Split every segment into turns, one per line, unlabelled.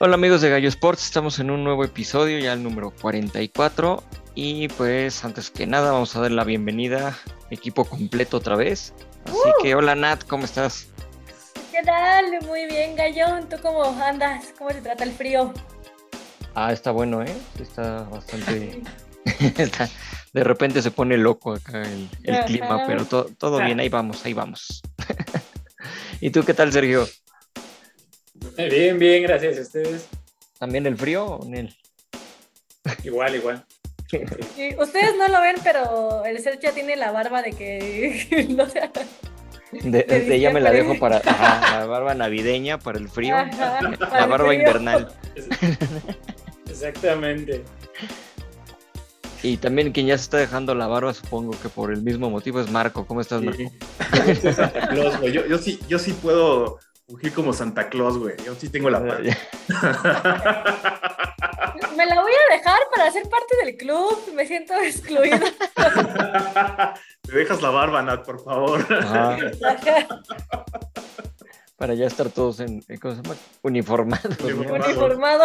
Hola amigos de Gallo Sports, estamos en un nuevo episodio, ya el número 44 y pues antes que nada vamos a dar la bienvenida, equipo completo otra vez. Así que hola Nat, ¿cómo estás?
¿Qué tal? Muy bien, Gallón. ¿Tú cómo andas? ¿Cómo te trata el frío?
Está bueno, ¿eh? Sí, está bastante... está- De repente se pone loco acá el clima, pero
Ajá.
todo bien, ahí vamos, ahí vamos. ¿Y tú qué tal, Sergio?
Bien, bien, gracias a ustedes.
¿También el frío o Nel?
Igual, igual. Con frío.
Sí, ustedes no lo ven, pero el Sergio ya tiene la barba de que no sé, de
Ya me la dejo
diciembre.
para la barba navideña, para el frío,
Ajá, para
la
el
barba
frío.
invernal.
Es- Exactamente.
Y también quien ya se está dejando la barba, supongo que por el mismo motivo es Marco. ¿Cómo estás,
Sí.
Marco?
Yo sí soy Santa Claus, güey. Yo sí puedo fugir como Santa Claus, güey. Yo sí tengo la parte.
Me la voy a dejar para ser parte del club. Me siento excluida.
Te dejas la barba, Nat, por favor.
Ajá,
Ajá,
para ya estar todos ¿cómo se llama? Uniformados, ¿no?
uniformado.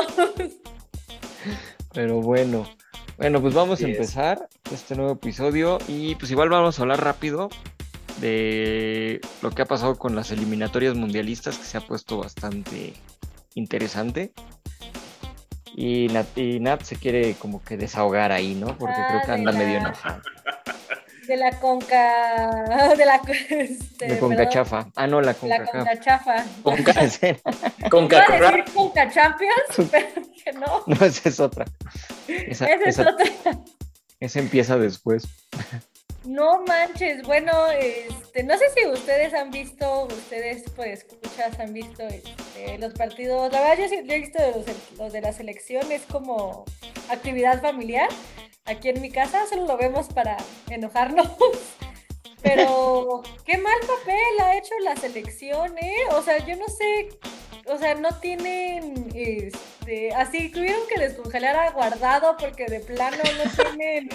Pero bueno, pues vamos a
Así es.
empezar este nuevo episodio y pues igual vamos a hablar rápido de lo que ha pasado con las eliminatorias mundialistas, que se ha puesto bastante interesante. Y Nat se quiere como que desahogar ahí, ¿no? Porque creo que
De
anda medio
la,
enojado.
de la conca, de la,
De Conca
perdón,
Chafa. No, la
la
Conca
conca chafa.
Con, ca- con
Iba a
Cacurra.
decir Conca Champions, pero que no.
No, esa es otra.
Esa es otra.
Esa empieza después.
No manches, bueno, no sé si ustedes han visto, ustedes pues escuchas, han visto los partidos, la verdad yo he visto los de la selección, es como actividad familiar, aquí en mi casa solo lo vemos para enojarnos, pero qué mal papel ha hecho la selección, ¿eh? O sea, yo no sé, o sea, no tienen, así tuvieron que descongelar a Guardado porque de plano no tienen.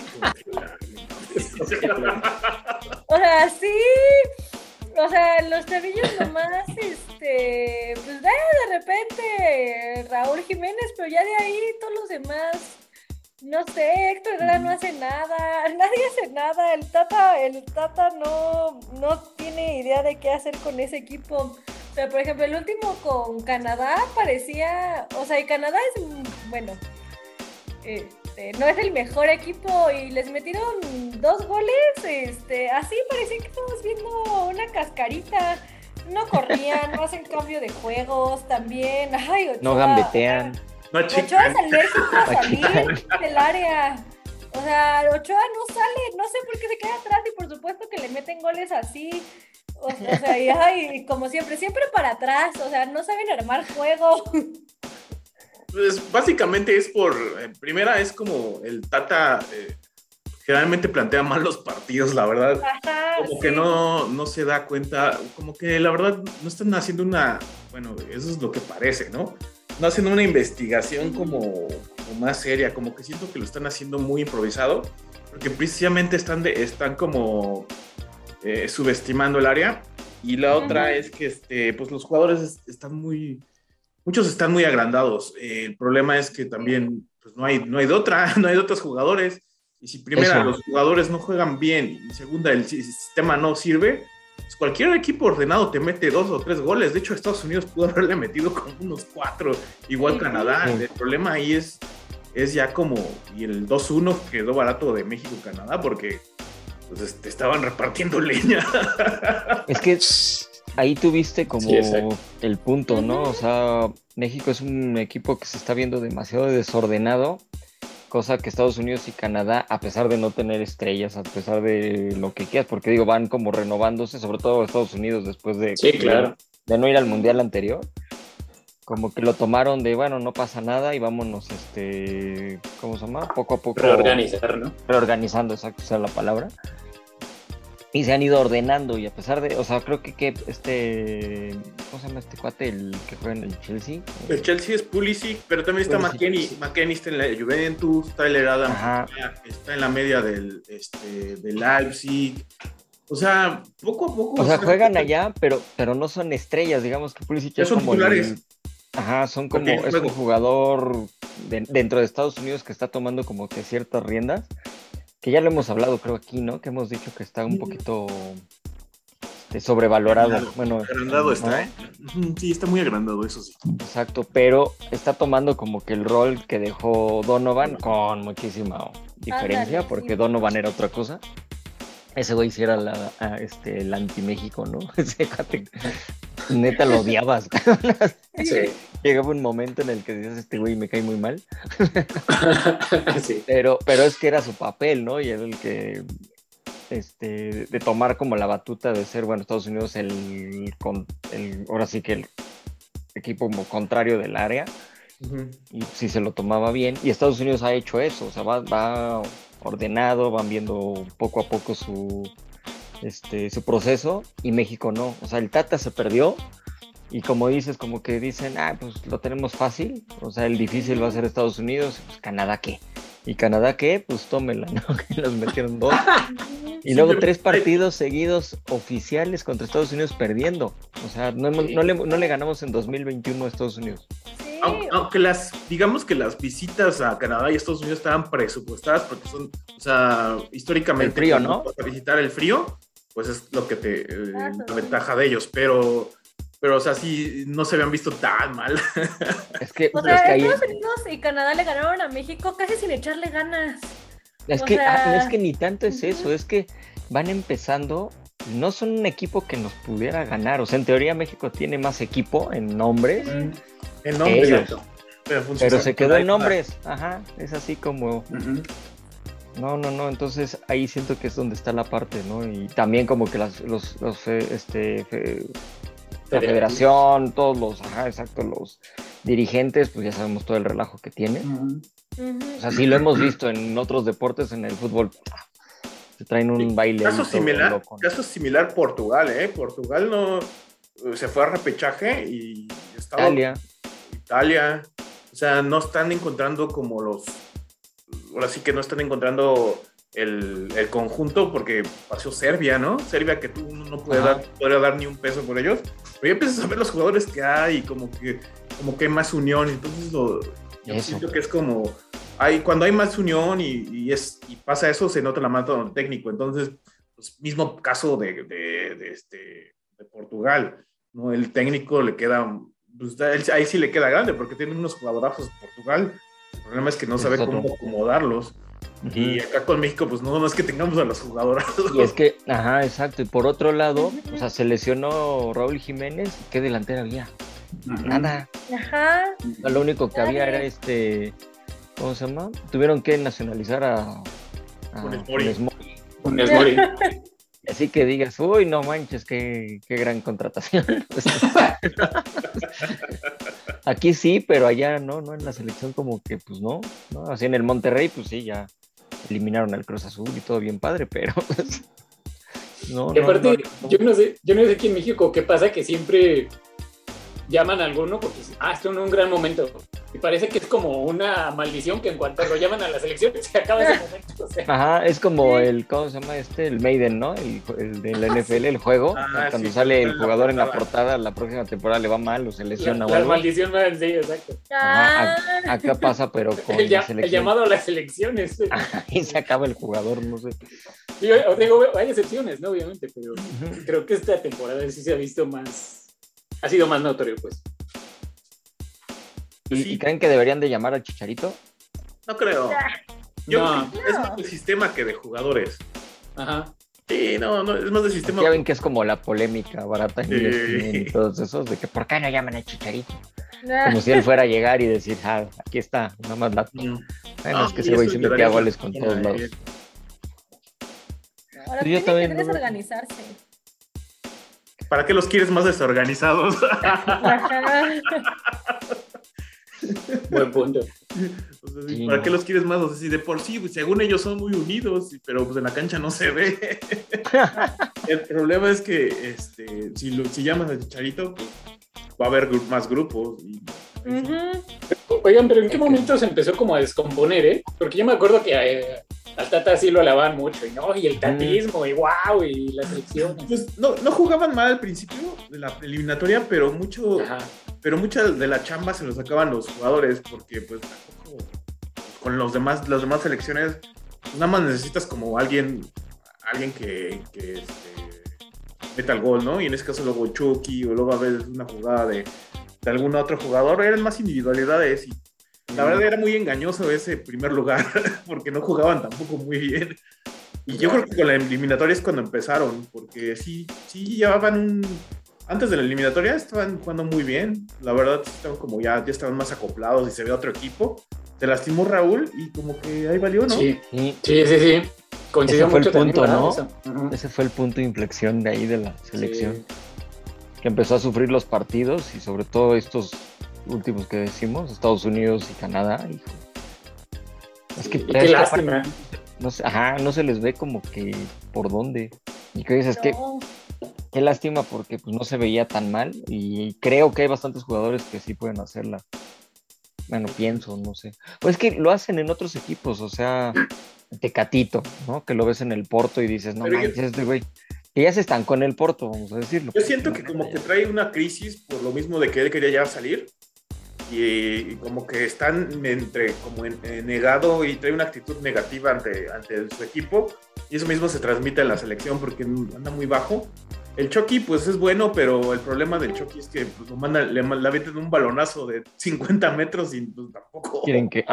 O sea, sí. O sea, los chavillos nomás, pues de repente Raúl Jiménez, pero ya de ahí todos los demás, no sé, Héctor Herrera no hace nada, nadie hace nada, el Tata no tiene idea de qué hacer con ese equipo. O sea, por ejemplo, el último con Canadá parecía, o sea, y Canadá es, bueno, no es el mejor equipo y les metieron 2 goles, así parecía que estamos viendo una cascarita. No corrían, no hacen cambio de juegos también. Ay, Ochoa.
No gambetean.
No,
Ochoa es
chica.
alérgico a salir
Chican.
del área. O sea, Ochoa no sale, no sé por qué se queda atrás y por supuesto que le meten goles así. O sea, y como siempre para atrás. O sea, no saben armar juego.
Pues básicamente es primera es como el Tata generalmente plantea mal los partidos, la verdad.
Ajá,
Como
sí.
que no se da cuenta, como que la verdad no están haciendo bueno, eso es lo que parece, ¿no? No haciendo una investigación como más seria, como que siento que lo están haciendo muy improvisado, porque precisamente están como subestimando el área. Y la otra es que pues los jugadores muchos están muy agrandados. El problema es que también pues no hay de otra, no hay de otros jugadores. Y si primera
Eso.
los jugadores no juegan bien y segunda el sistema no sirve, pues cualquier equipo ordenado te mete 2 o 3 goles. De hecho, Estados Unidos pudo haberle metido como unos 4, igual Canadá.
Sí.
El problema ahí es ya como, y el 2-1 quedó barato de México-Canadá porque pues, estaban repartiendo leña.
Es que ahí tuviste como
Sí, exacto.
el punto, ¿no? O sea, México es un equipo que se está viendo demasiado desordenado, cosa que Estados Unidos y Canadá, a pesar de no tener estrellas, a pesar de lo que quieras, porque digo, van como renovándose, sobre todo Estados Unidos después
Sí, claro.
de no ir al mundial anterior, como que lo tomaron de, bueno, no pasa nada y vámonos, ¿cómo se llama? Poco a poco
Reorganizar, ¿no?
reorganizando, exacto, esa es la palabra. Y se han ido ordenando y a pesar de, o sea, creo que ¿cómo se llama este cuate? El que juega en el Chelsea.
El Chelsea es Pulisic, pero también está
Pulisic.
McKennie. McKennie está en la Juventus, Tyler Adams
Ajá.
está en la media del Leipzig. O sea, poco a poco.
O sea, juegan allá, pero no son estrellas, digamos que Pulisic
Ya
es
son
como
titulares.
Ajá, son como,
Porque
es un jugador dentro de Estados Unidos que está tomando como que ciertas riendas, que ya lo hemos hablado, creo aquí, ¿no? Que hemos dicho que está un poquito sobrevalorado. Bueno,
agrandado
¿no?
está, ¿eh? Sí, está muy agrandado, eso sí.
Exacto, pero está tomando como que el rol que dejó Donovan con muchísima diferencia,
Ándale,
porque
sí.
Donovan era otra cosa. Ese güey sí era el anti-México, ¿no? Ese cuate, neta lo odiabas.
Sí.
Llegaba un momento en el que decías, este güey me cae muy mal,
Sí.
pero es que era su papel, ¿no? Y era el que, de tomar como la batuta de ser, bueno, Estados Unidos ahora sí que el equipo como contrario del área, y sí se lo tomaba bien, y Estados Unidos ha hecho eso, o sea, va ordenado, van viendo poco a poco su proceso, y México no, o sea, el Tata se perdió, y como dices, como que dicen, pues lo tenemos fácil, o sea, el difícil va a ser Estados Unidos, pues Canadá qué, y Canadá qué, pues tómela, ¿no? Que nos metieron 2, y
Sí,
luego
pero
3 partidos seguidos oficiales contra Estados Unidos perdiendo, o sea, no le ganamos en 2021 a Estados Unidos.
Sí.
Aunque digamos que las visitas a Canadá y Estados Unidos estaban presupuestadas porque son, o sea, históricamente
El frío, ¿no?
para visitar el frío, pues es lo que
Claro.
la ventaja de ellos, pero o sea, sí, no se habían visto tan mal.
Es que,
O
es
sea,
que ahí,
Estados Unidos y Canadá le ganaron a México casi sin echarle ganas.
es
o
que,
sea,
es que ni tanto es eso,
ujú.
es que van empezando, no son un equipo que nos pudiera ganar, o sea, en teoría México tiene más equipo en nombres,
En nombre,
Ellos.
exacto.
pero se quedó en nombres, ajá, es así como,
Ujú.
no, entonces ahí siento que es donde está la parte, ¿no? Y también como que la federación, ajá, exacto, los dirigentes, pues ya sabemos todo el relajo que tiene.
Ujú.
O sea, sí lo hemos visto en otros deportes, en el fútbol, se traen un baile ahí todo loco, ¿no?
Caso similar Portugal, ¿eh? Portugal no se fue a repechaje y estaba Italia, o sea, no están encontrando ahora sí que no están encontrando el conjunto porque pasó Serbia, ¿no? Serbia que tú no podría dar ni un peso por ellos, pero ya empiezas a ver los jugadores que hay y como que hay más unión, entonces yo siento que es como cuando hay más unión y pasa eso, se nota la mano del técnico, entonces pues, mismo caso de Portugal, ¿no? El técnico le queda, pues, ahí sí le queda grande porque tiene unos jugadorazos Portugal. El problema es que no sabe cómo acomodarlos.
Uh-huh.
Y acá con México, pues no es que tengamos a los jugadorazos.
Y es que, ajá, exacto. Y por otro lado, o sea, se lesionó Raúl Jiménez. ¿Qué delantera había?
Ujú.
Nada.
Ajá.
Lo único que había era ¿cómo se llama? Tuvieron que nacionalizar a
Funes Mori.
Funes Mori.
Así que digas, uy, no manches, qué gran contratación. Aquí sí, pero allá no, en la selección como que pues no, así en el Monterrey pues sí, ya eliminaron al Cruz Azul y todo bien padre, pero pues, no.
Y aparte, yo no sé aquí en México qué pasa, que siempre llaman a alguno porque esto no es un gran momento. Y parece que es como una maldición que en cuanto lo llaman a la selección se acaba ese momento. O sea.
Ajá, es como ¿cómo se llama el Maiden, ¿no? El de la NFL, el juego, cuando sale el jugador en la portada, la próxima temporada le va mal o se lesiona o algo.
La maldición, sí, exacto.
Ajá, acá pasa, pero con la selección.
El llamado a las selecciones.
Y se acaba el jugador, no sé.
Digo, hay excepciones, ¿no? Obviamente, pero creo que esta temporada sí se ha visto ha sido más notorio, pues.
¿Y creen que deberían de llamar al Chicharito?
No creo. Yo creo que es más de sistema que de jugadores.
Ajá.
Sí, no, es más de sistema.
Ya ven que es como la polémica barata y todos esos, de que ¿por qué no llaman al Chicharito? Como si él fuera a llegar y decir, aquí está, nada más la... Bueno, es que ese güey se metía goles con todos lados.
Ahora tiene que desorganizarse.
¿Para qué los quieres más desorganizados?
Buen punto.
O sea, ¿para qué los quieres más? O sea, si de por sí, pues, según ellos son muy unidos, pero pues en la cancha no se ve. El problema es que si llamas a Chicharito, pues, va a haber más grupos.
Oigan, pero ¿en qué momento se empezó como a descomponer, Porque yo me acuerdo que al Tata sí lo alababan mucho, y el tatismo, y wow, y la selección.
Pues no jugaban mal al principio de la eliminatoria, pero mucho...
Ajá.
pero mucha de la chamba se lo sacaban los jugadores, porque pues tampoco con las demás selecciones, pues, nada más necesitas como alguien que meta el gol, ¿no? Y en ese caso luego Chucky, o luego a veces una jugada de algún otro jugador, eran más individualidades, y la verdad era muy engañoso ese primer lugar, porque no jugaban tampoco muy bien. Y yo creo que con la eliminatoria es cuando empezaron, porque sí llevaban antes de la eliminatoria estaban jugando muy bien, la verdad estaban como ya estaban más acoplados y se ve otro equipo. Se lastimó Raúl y como que ahí valió, ¿no?
Sí.
Coincidió mucho el punto,
también,
¿no?
Uh-huh.
Ese fue el punto de inflexión de ahí de la selección.
Sí.
Que empezó a sufrir los partidos y sobre todo estos últimos que decimos, Estados Unidos y Canadá. Hijo. Es que
qué lástima.
No se les ve como que por dónde. Y que dices que qué lástima porque pues no se veía tan mal y creo que hay bastantes jugadores que sí pueden hacerla. Bueno, pienso, no sé. Pues es que lo hacen en otros equipos, o sea, Tecatito, ¿no? Que lo ves en el Porto y dices, no manches, este güey, que ya se estancó en el Porto, vamos a decirlo.
Yo siento que como que trae una crisis por lo mismo de que él quería ya salir y como que están como negado y trae una actitud negativa ante su equipo y eso mismo se transmite en la selección porque anda muy bajo. El Chucky pues es bueno, pero el problema del Chucky es que pues, le meten un balonazo de 50 metros y pues, tampoco...
Quieren que...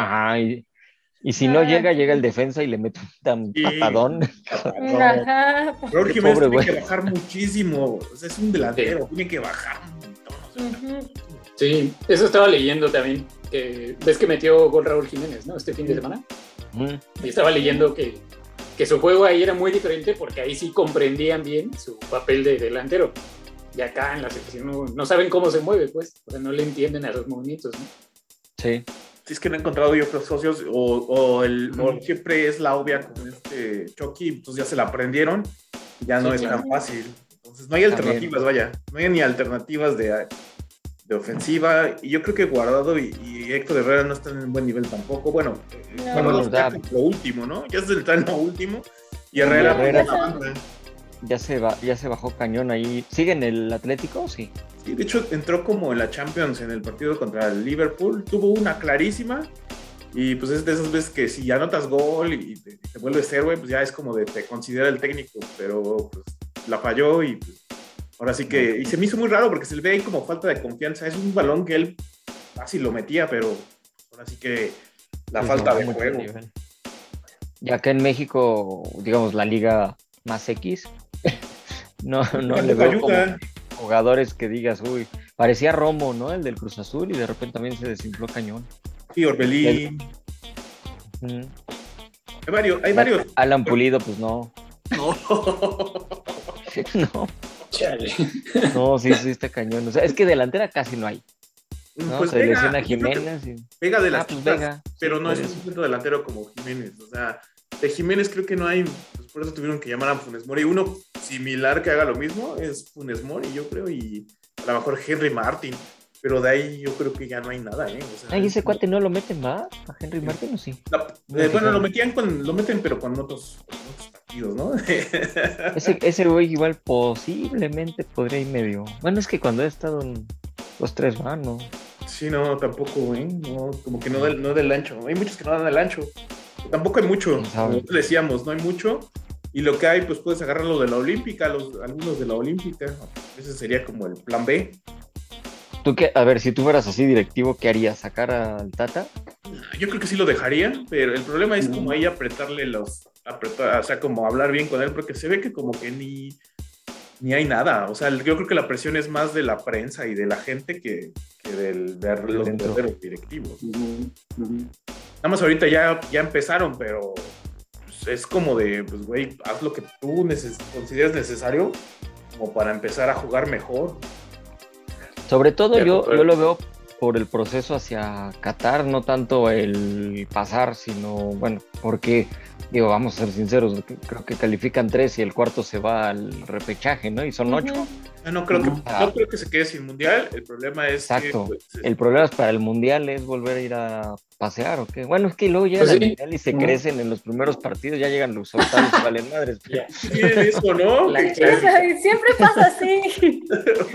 Y si no llega el defensa y le mete un patadón.
Raúl Jiménez tiene que bajar muchísimo. O sea, es un delantero, tiene que bajar un montón.
Sí, eso estaba leyendo también. Que ves que metió gol Raúl Jiménez, ¿no? Este fin de semana. Y estaba leyendo que su juego ahí era muy diferente porque ahí sí comprendían bien su papel de delantero. Y acá en la selección no saben cómo se mueve, pues. O sea, no le entienden a los movimientos, ¿no?
Sí.
Si es que no he encontrado yo otros socios o siempre es la obvia con este Chucky, entonces ya se la aprendieron, ya no es tan fácil. Entonces no hay alternativas, vaya, no hay ni alternativas de ofensiva, y yo creo que Guardado y Héctor Herrera no están en buen nivel tampoco. Bueno, lo último, ¿no? Ya está en lo último, y Herrera
ya se bajó cañón ahí. ¿Sigue en el Atlético? Sí.
Sí, de hecho entró como en la Champions en el partido contra el Liverpool, tuvo una clarísima y pues es de esas veces que si anotas gol y te vuelves héroe, pues ya es como de te considera el técnico, pero pues la falló y pues ahora sí que, y se me hizo muy raro porque se le ve ahí como falta de confianza, es un balón que él casi lo metía, pero ahora sí que la falta de juego.
Y acá en México, digamos, la liga más X, no le veo como jugadores que digas, uy, parecía Romo, ¿no? El del Cruz Azul y de repente también se desinfló cañón.
Sí, Orbelín. Hay varios.
Alan Pulido, pues no. No.
Chale.
No, sí, está cañón. O sea, es que delantera casi no hay. ¿No?
Pues
se lesiona Jiménez.
Pega de las
Vega,
pero
sí,
no es un centro delantero como Jiménez. O sea, de Jiménez creo que no hay, pues por eso tuvieron que llamar a Funes Mori. Uno similar que haga lo mismo es Funes Mori, yo creo, y a lo mejor Henry Martin. Pero de ahí yo creo que ya no hay nada, ¿eh? O sea,
ese cuate no lo meten más a Henry Martin, ¿o sí?
Bueno, lo meten, pero con otros partidos, ¿no?
Ese güey igual posiblemente podría ir medio. Bueno, es que cuando he estado en los tres van, ¿no?
Sí, no, tampoco, ¿eh? No, como que no del ancho. Hay muchos que no dan el ancho. Tampoco hay mucho, como decíamos, no hay mucho. Y lo que hay, pues puedes agarrarlo de la Olímpica, algunos de la Olímpica. Ese sería como el plan B.
¿Tú qué? A ver, si tú fueras así directivo, ¿qué harías? ¿Sacar al Tata?
Yo creo que sí lo dejaría, pero el problema es como ahí apretarle o sea, como hablar bien con él, porque se ve que como que ni hay nada. O sea, yo creo que la presión es más de la prensa y de la gente que de los verdaderos directivos. Nada más ahorita ya empezaron, pero pues, es como de, pues güey, haz lo que tú consideres necesario como para empezar a jugar mejor.
Sobre todo yo lo veo por el proceso hacia Qatar, no tanto el pasar, sino, bueno, porque, digo, vamos a ser sinceros, creo que califican 3 y el cuarto se va al repechaje, ¿no? Y son 8.
No creo que se quede sin mundial, el problema es
exacto,
que, pues,
el problema es para el mundial es volver a ir a pasear, ¿o qué? Bueno, es que luego llegan al mundial y se crecen en los primeros partidos, ya llegan los octavos y valen madres.
Sí, eso, ¿no?
Siempre pasa así.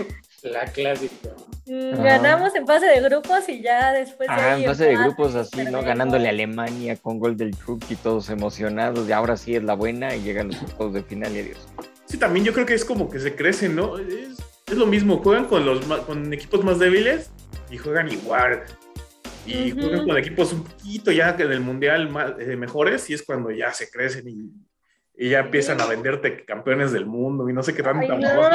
La clásica.
Ganamos en fase de grupos y ya después de ahí
En fase de
empate,
grupos así, ¿no?
perdemos.
Ganándole a Alemania con gol del Chucky, todos emocionados, y ahora sí es la buena y llegan los octavos de final y adiós.
Sí, también yo creo que es como que se crecen, ¿no? Es lo mismo, juegan con equipos más débiles y juegan igual. Y juegan con equipos un poquito ya que en el mundial mejores, y es cuando ya se crecen y ya empiezan a venderte campeones del mundo y no sé qué
Ay,
tanta
no,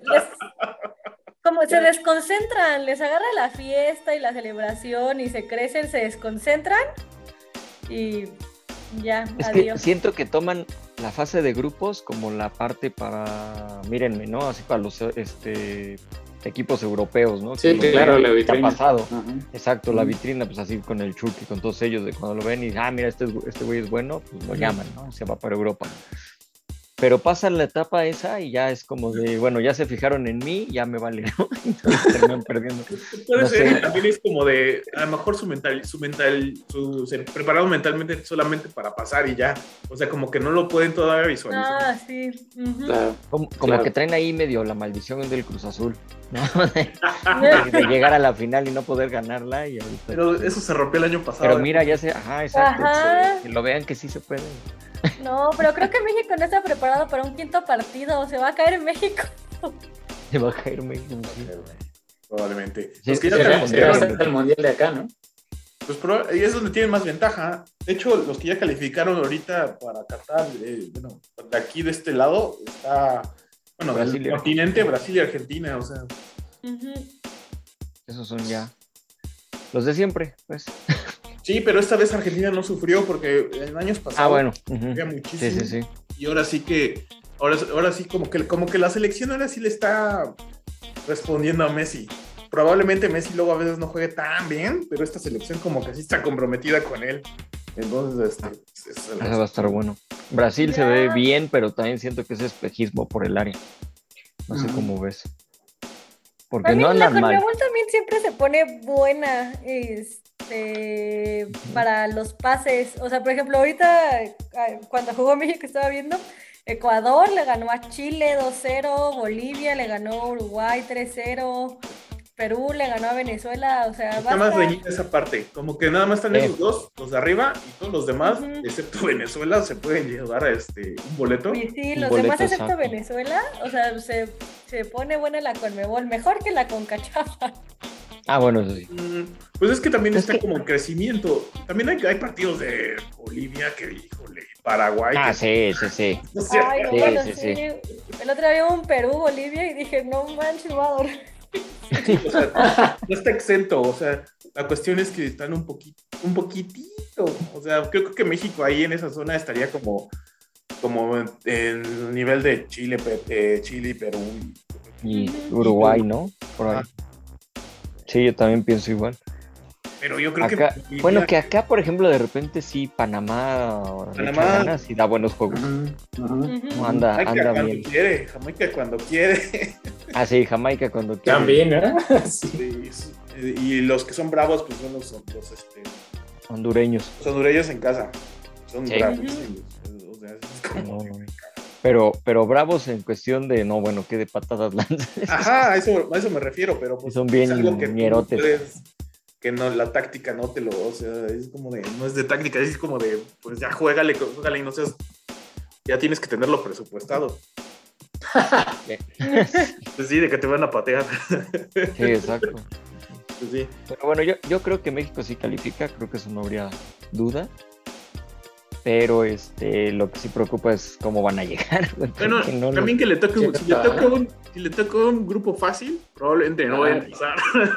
como se desconcentran, les agarra la fiesta y la celebración y se crecen, se desconcentran y ya,
Es que
adiós.
siento que toman la fase de grupos como la parte para, mírenme, ¿no? Así para los equipos europeos, ¿no?
Sí,
Que
claro, la
¿qué ha
vitrina.
pasado?
Ajá.
Exacto, la vitrina, pues así con el Chucky, con todos ellos, de cuando lo ven y mira, este güey es bueno, pues lo llaman, ¿no? Se va para Europa. Pero pasa la etapa esa y ya es como de, bueno, ya se fijaron en mí, ya me vale, ¿no? Entonces terminan perdiendo.
Puede
No
ser,
sé.
y también es como de, a lo mejor se prepararon mentalmente solamente para pasar y ya. O sea, como que no lo pueden todavía visualizar.
Ah, sí. Ujú.
Claro.
Como
Claro.
que traen ahí medio la maldición del Cruz Azul, ¿no? De llegar a la final y no poder ganarla. Y ahorita,
Pero eso se rompió el año pasado.
pero mira, ya se, exacto.
Ajá.
Que lo vean que sí se puede.
No, pero creo que México no está preparado para un quinto partido, se va a caer en México.
Se va a caer México. Sí.
Probablemente.
Sí,
Los que ya
sí,
calificaron,
Hasta el mundial de acá, ¿no?
pues y es donde tienen más ventaja. De hecho, los que ya calificaron ahorita para Qatar, bueno, de aquí de este lado está, bueno,
Brasil y
del continente, Brasil y Argentina, o sea.
Ujú.
Esos son ya los de siempre, pues.
Sí, pero esta vez Argentina no sufrió porque en años pasados
Bueno.
sufría
Sí,
muchísimo.
sí.
Y ahora sí que, ahora sí como que la selección ahora sí le está respondiendo a Messi. Probablemente Messi luego a veces no juegue tan bien, pero esta selección como que sí está comprometida con él. Entonces,
Eso va a estar bueno. Brasil se
Ya.
ve bien, pero también siento que es espejismo por el área. No sé cómo ves. Porque no
También la
andan mal.
Conmebol también siempre se pone buena para los pases. O sea, por ejemplo, ahorita cuando jugó México estaba viendo, Ecuador le ganó a Chile 2-0, Bolivia le ganó a Uruguay 3-0, Perú le ganó a Venezuela, o sea,
está más reñida esa parte. Como que nada más están esos dos, los de arriba, y todos los demás,
Ujú.
excepto Venezuela, se pueden llevar a un boleto.
Y sí,
Un
los
boleto,
demás excepto
exacto.
Venezuela, o sea, se pone buena la Conmebol, mejor que la Concachafa.
Bueno, eso sí.
Pues es que también
Es
está
que-
como en crecimiento. También hay partidos de Bolivia que, híjole, Paraguay.
Sí.
O sea,
Ay, no,
Sí,
bueno,
sí,
sí.
sí.
El otro día vi un Perú-Bolivia y dije, no manches, voy a dormir.
o sea, no está exento. O sea, la cuestión es que están un poquitito. O sea, creo que México ahí en esa zona estaría como en el nivel de Chile y Perú.
Y Uruguay, ¿no? Por ahí. Sí, yo también pienso igual.
Pero yo creo
Acá,
que Bolivia-
bueno, que acá, por ejemplo, de repente sí, Panamá le echa ganas y da buenos juegos.
Ujú.
Anda
Jamaica cuando
bien.
quiere, Jamaica cuando quiere.
Sí, Jamaica cuando quiere.
También, ¿no? Sí.
Sí, y los que son bravos, pues son los
Hondureños.
hondureños en casa. Son
Sí.
bravísimos. O sea, es como-
No. Pero bravos en cuestión de, no, bueno, que de patadas lanzas.
Ajá, a eso me refiero, pero pues
Son bien
es algo que tú
ñerotes.
puedes- que no, la táctica no te lo, o sea, es como de, no es de táctica, es como de, pues ya juégale y no seas, ya tienes que tenerlo presupuestado. Pues sí, de que te van a patear.
Sí, exacto.
Pues sí.
Pero bueno, yo creo que México sí califica, creo que eso no habría duda. Pero lo que sí preocupa es cómo van a llegar.
Bueno,
porque no
también que le toque,
Sí,
si le toca un grupo fácil, probablemente no vaya a empezar.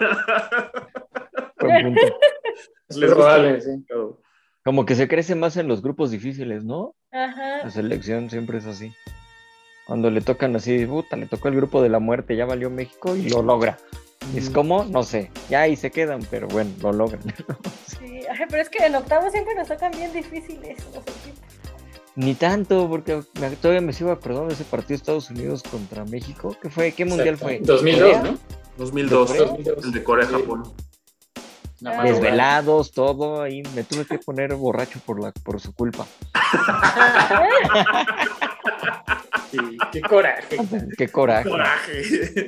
buen punto.
Es
Les gusta
probable, sí.
todo.
Como que se crece más en los grupos difíciles, ¿no?
Ajá.
La selección siempre es así. Cuando le tocan así, puta, le tocó el grupo de la muerte, ya valió México y lo logra. Es como, no sé, ya ahí se quedan, pero bueno, lo logran.
Sí, ay, pero es que en octavos siempre nos tocan bien difíciles los equipos.
Ni tanto, porque todavía me sigo acordando de ese partido de Estados Unidos contra México. ¿Qué fue? ¿Qué mundial fue?
2002,
¿Corea?
¿no?
2002,
¿De
Corea?
el de Corea-Japón.
Nada
Ah,
más
Desvelados, todo, ahí me tuve que poner borracho por su culpa.
Sí, qué coraje.
Qué coraje.
Coraje.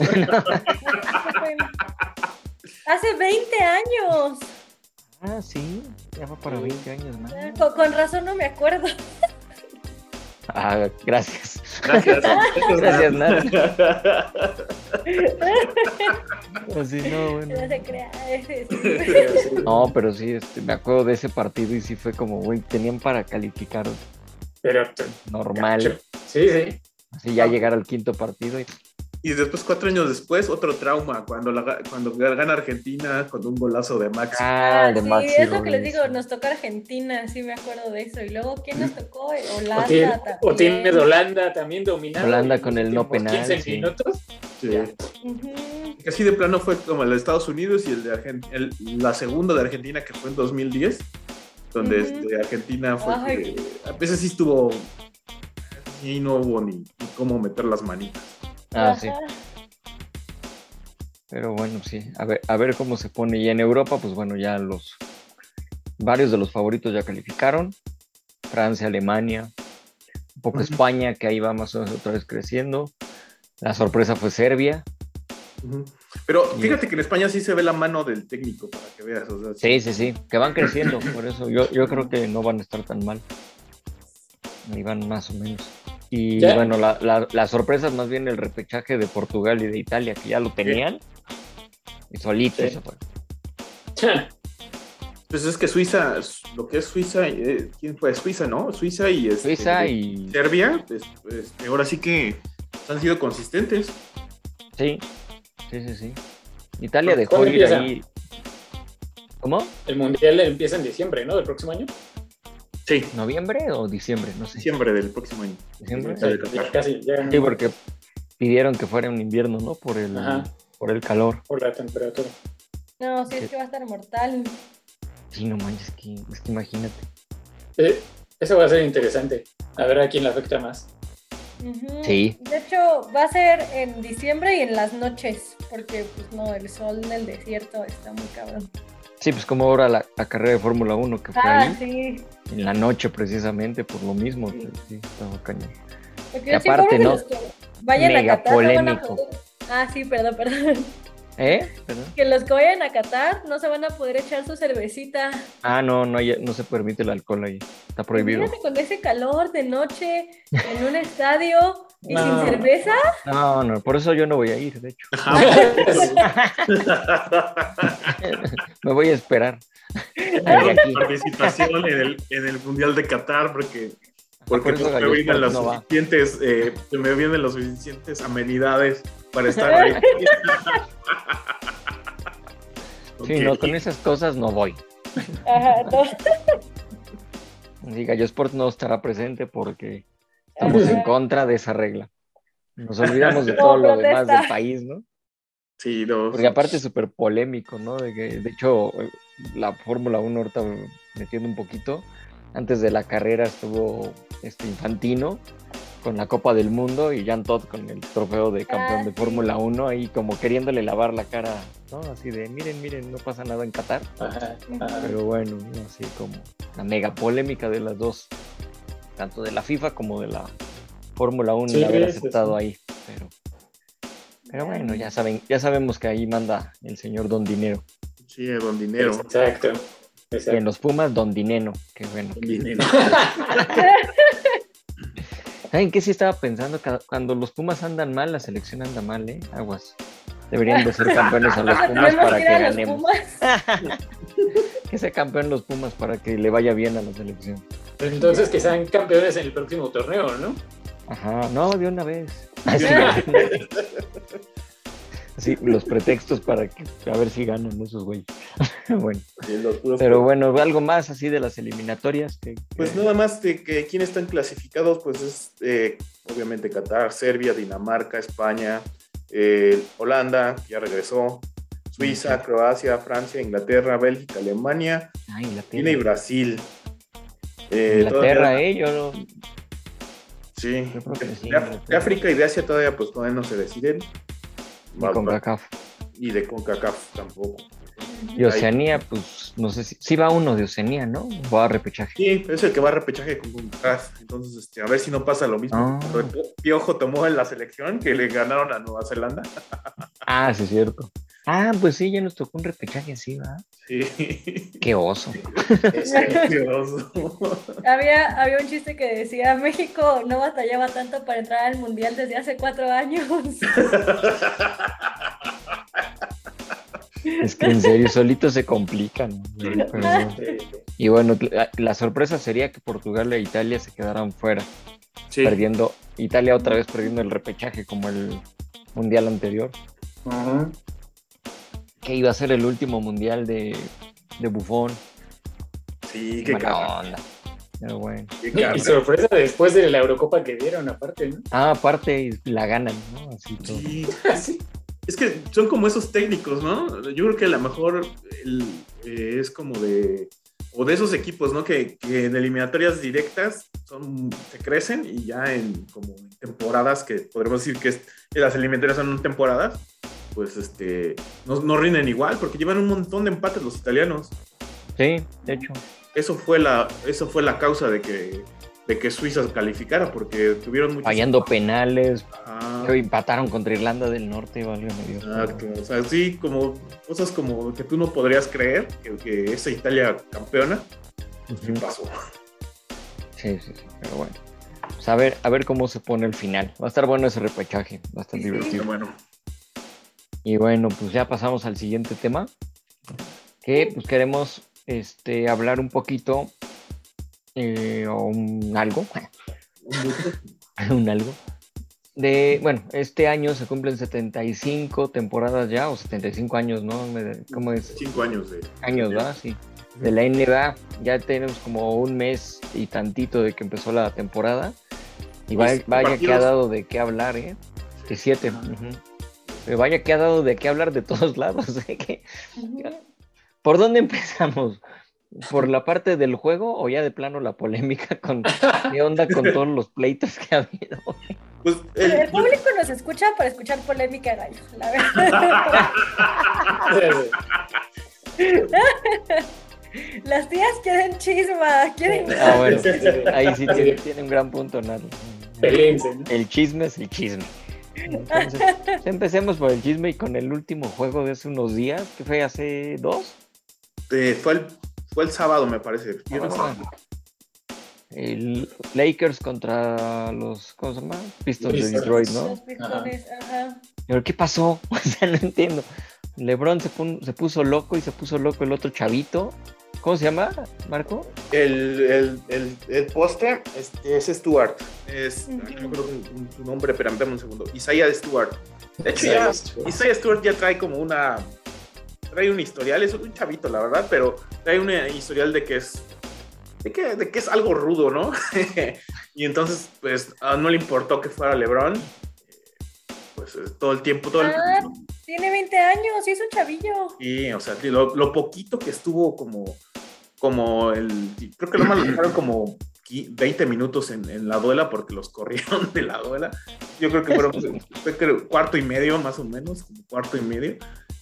Hace 20 años.
Ah, sí, ya va para 20 años más.
Con razón no me acuerdo.
Ah, gracias.
Gracias.
Gracias, Nat. Así, no, bueno.
No se crea.
No, pero sí, me acuerdo de ese partido y sí fue como, güey, tenían para calificar
Pero
normal.
sí, sí.
Así ya llegar al quinto partido y
Y después, 4 años después, otro trauma, cuando gana Argentina con un golazo de Maxi.
de
Sí,
Maxi
es lo que les
Rodríguez.
digo, nos tocó Argentina, sí me acuerdo de eso. Y luego, ¿quién nos tocó? Holanda
O tienes
también.
Holanda también dominado.
Holanda
en
con
los
el no
últimos
penal,
15
sí.
minutos.
Sí.
Ya.
Ujú.
Que así de plano fue como el de Estados Unidos y el de la segunda de Argentina, que fue en 2010, donde Argentina fue
Ay.
que a veces sí estuvo, y no hubo ni cómo meter las manitas.
Ah, sí.
Ajá.
Pero bueno, sí, a ver cómo se pone. Y en Europa, pues bueno, ya varios de los favoritos ya calificaron. Francia, Alemania, un poco España, que ahí va más o menos otra vez creciendo. La sorpresa fue Serbia.
Uh-huh. Pero fíjate que en España sí se ve la mano del técnico, para que veas. O sea,
Sí, que van creciendo, por eso yo creo que no van a estar tan mal. Ahí van más o menos. Y
¿Ya?
bueno, la sorpresa es más bien el repechaje de Portugal y de Italia, que ya lo tenían. Y solito
Sí.
se fue.
pues es que Suiza, lo que es Suiza, ¿quién fue? Suiza, ¿no? Suiza y
Suiza y...
Serbia, ahora sí que han sido consistentes.
Sí. Italia dejó
¿Cuándo
ir
empieza?
ahí. ¿Cómo?
El mundial empieza en diciembre, ¿no? Del próximo año.
Sí,
¿Noviembre o diciembre? No sé.
diciembre del próximo año.
¿Diciembre?
Sí, de
Ya
Qatar.
casi, ya.
Sí, porque pidieron que fuera un invierno, ¿no? Por el calor.
Por la temperatura.
No, sí, es que va a estar mortal.
Sí, no manches, es que imagínate.
Eso va a ser interesante. A ver a quién le afecta más.
Ujú.
Sí.
De hecho, va a ser en diciembre y en las noches, porque pues no, el sol del desierto está muy cabrón.
Sí, pues como ahora la carrera de Fórmula 1 que fue ahí,
Sí.
en la noche precisamente, por lo mismo.
Sí.
Sí, estaba cañón.
Porque
Y
yo
aparte,
aparte,
¿no?
los que vayan
Mega
a Qatar no van a
polémico.
poder... Ah, sí, perdón.
¿Perdón?
Que los que vayan a Qatar no se van a poder echar su cervecita.
Ah, no se permite el alcohol ahí. Está prohibido.
Imagínate con ese calor de noche en un estadio y
No.
sin cerveza.
No, por eso yo no voy a ir, de hecho. Me voy a esperar. Ay, aquí.
Participación en el Mundial de Qatar, porque
Por eso
pues,
Gallo Sport no va.
se me vienen las suficientes amenidades para estar ahí.
Sí,
Ok.
no, con esas cosas no voy.
Ajá, no.
Sí, Gallo Sport no estará presente porque estamos en contra de esa regla. Nos olvidamos de todo lo demás
protesta.
del país, ¿no?
Sí, no.
Porque aparte es súper polémico, ¿no? De hecho, la Fórmula 1 ahorita metiendo un poquito, antes de la carrera estuvo Infantino con la Copa del Mundo y Jean Todt con el trofeo de campeón de
sí.
Fórmula 1 ahí como queriéndole lavar la cara, ¿no? Así de, miren, no pasa nada en Qatar.
Ajá.
Pero bueno, ¿no? Así como la mega polémica de las dos, tanto de la FIFA como de la Fórmula 1
Sí,
y haber
sí,
aceptado
sí.
ahí. Pero bueno, ya sabemos que ahí manda el señor Don Dinero.
Sí, Don Dinero.
Exacto.
Y en los Pumas, Don Dinero. Que bueno.
Don Dinero.
¿Saben qué sí estaba pensando? Cuando los Pumas andan mal, la selección anda mal, ¿eh? Aguas. Deberían de ser campeones a los Pumas
Tenemos
para
que
que
ir a los
ganemos.
Pumas.
Que sea campeón los Pumas para que le vaya bien a la selección.
Entonces que sean campeones en el próximo torneo, ¿no?
Ajá, no, de una vez. Así, así, los pretextos para que a ver si ganan esos güeyes. Bueno,
Sí, los puros-
pero bueno, algo más así de las eliminatorias.
Pues nada más de que quiénes están clasificados, pues es obviamente Qatar, Serbia, Dinamarca, España, Holanda, que ya regresó, Suiza,
Ujú.
Croacia, Francia, Inglaterra, Bélgica, Alemania,
Ay,
China y Brasil.
Inglaterra,
todavía-
yo no.
Sí,
Yo creo que sí,
de
Inglaterra.
África y de Asia todavía pues todavía no se deciden.
Ni con CACAF.
Y de CONCACAF tampoco.
Y Oceanía, pues no sé si sí va uno de Oceanía, ¿no? Va a repechaje.
Sí, es el que va a repechaje con CONCACAF. Entonces, a ver si no pasa lo mismo. Cuando Piojo tomó en la selección, que le ganaron a Nueva Zelanda.
Ah, sí, es cierto. Ah, pues sí, ya nos tocó un repechaje así, ¿va?
Sí.
Qué oso.
Qué oso.
Había un chiste que decía, México no batallaba tanto para entrar al Mundial desde hace 4 años.
Es que en serio, solitos se complican. Y bueno, la sorpresa sería que Portugal e Italia se quedaran fuera,
Sí.
perdiendo, Italia otra vez perdiendo el repechaje como el mundial anterior,
Ajá.
que iba a ser el último mundial de Buffon.
Sí, qué
Mala
cara.
onda. Pero bueno.
Y sorpresa después de la Eurocopa que dieron, aparte, ¿no?
Ah, aparte la ganan, ¿no? Así todo.
Sí.
Sí.
Es que son como esos técnicos, ¿no? Yo creo que a lo mejor es como de... O de esos equipos, ¿no? Que en eliminatorias directas se crecen y ya en como en temporadas, que podremos decir que las eliminatorias son temporadas, pues no rinden igual, porque llevan un montón de empates los italianos.
Sí, de hecho.
Eso fue la causa de que Suiza calificara, porque tuvieron muchos...
Fallando penales,
Ah,
que empataron contra Irlanda del Norte, válgame Dios.
exacto. O sea, sí, como cosas como que tú no podrías creer que esa Italia campeona, sí
Ujú.
pasó.
Sí, pero bueno. Pues a ver cómo se pone el final. Va a estar bueno ese repechaje, va a estar divertido.
Bueno,
Y bueno, pues ya pasamos al siguiente tema, que pues queremos hablar un poquito, o un algo, un algo, bueno, este año se cumplen 75 temporadas ya, o 75 años, ¿no? ¿Cómo es?
5 años de...
Años, ¿verdad? Sí. De la NBA, ya tenemos como un mes y tantito de que empezó la temporada, y vaya que
partidos.
ha dado de qué hablar, ¿eh? 17. Uh-huh. Pero vaya que ha dado de qué hablar de todos lados, ¿eh? ¿Por dónde empezamos? ¿Por la parte del juego o ya de plano la polémica con qué onda con todos los pleitos que ha habido?
Pues
El público nos escucha para escuchar polémica, gallo, la verdad. Las tías quieren chisma, quieren...
Ah, bueno, ahí sí tiene un gran punto, Nalo.
Pelense, ¿no?
El chisme es el chisme. Entonces, empecemos por el chisme y con el último juego de hace unos días, que fue hace 2.
Fue el sábado, me parece.
El Lakers contra los, ¿cómo se llama? Pistons de Detroit, ¿no?
Los pistones, ajá.
¿Pero qué pasó? O sea, no entiendo. LeBron se puso loco y se puso loco el otro chavito. ¿Cómo se llama, Marco?
El poste es Stewart. No me acuerdo su nombre, pero dame un segundo. Isaiah Stewart. De hecho, Isaiah Stewart ya trae como trae un historial, es un chavito, la verdad, pero trae un historial de que es algo rudo, ¿no? Y entonces, pues, no le importó que fuera LeBron. Pues todo el tiempo.
Tiene 20 años, sí es un chavillo.
Sí, o sea, lo poquito que estuvo creo que nomás lo dejaron como 20 minutos en la duela porque los corrieron de la duela. Yo creo que fue cuarto y medio, más o menos, como cuarto y medio.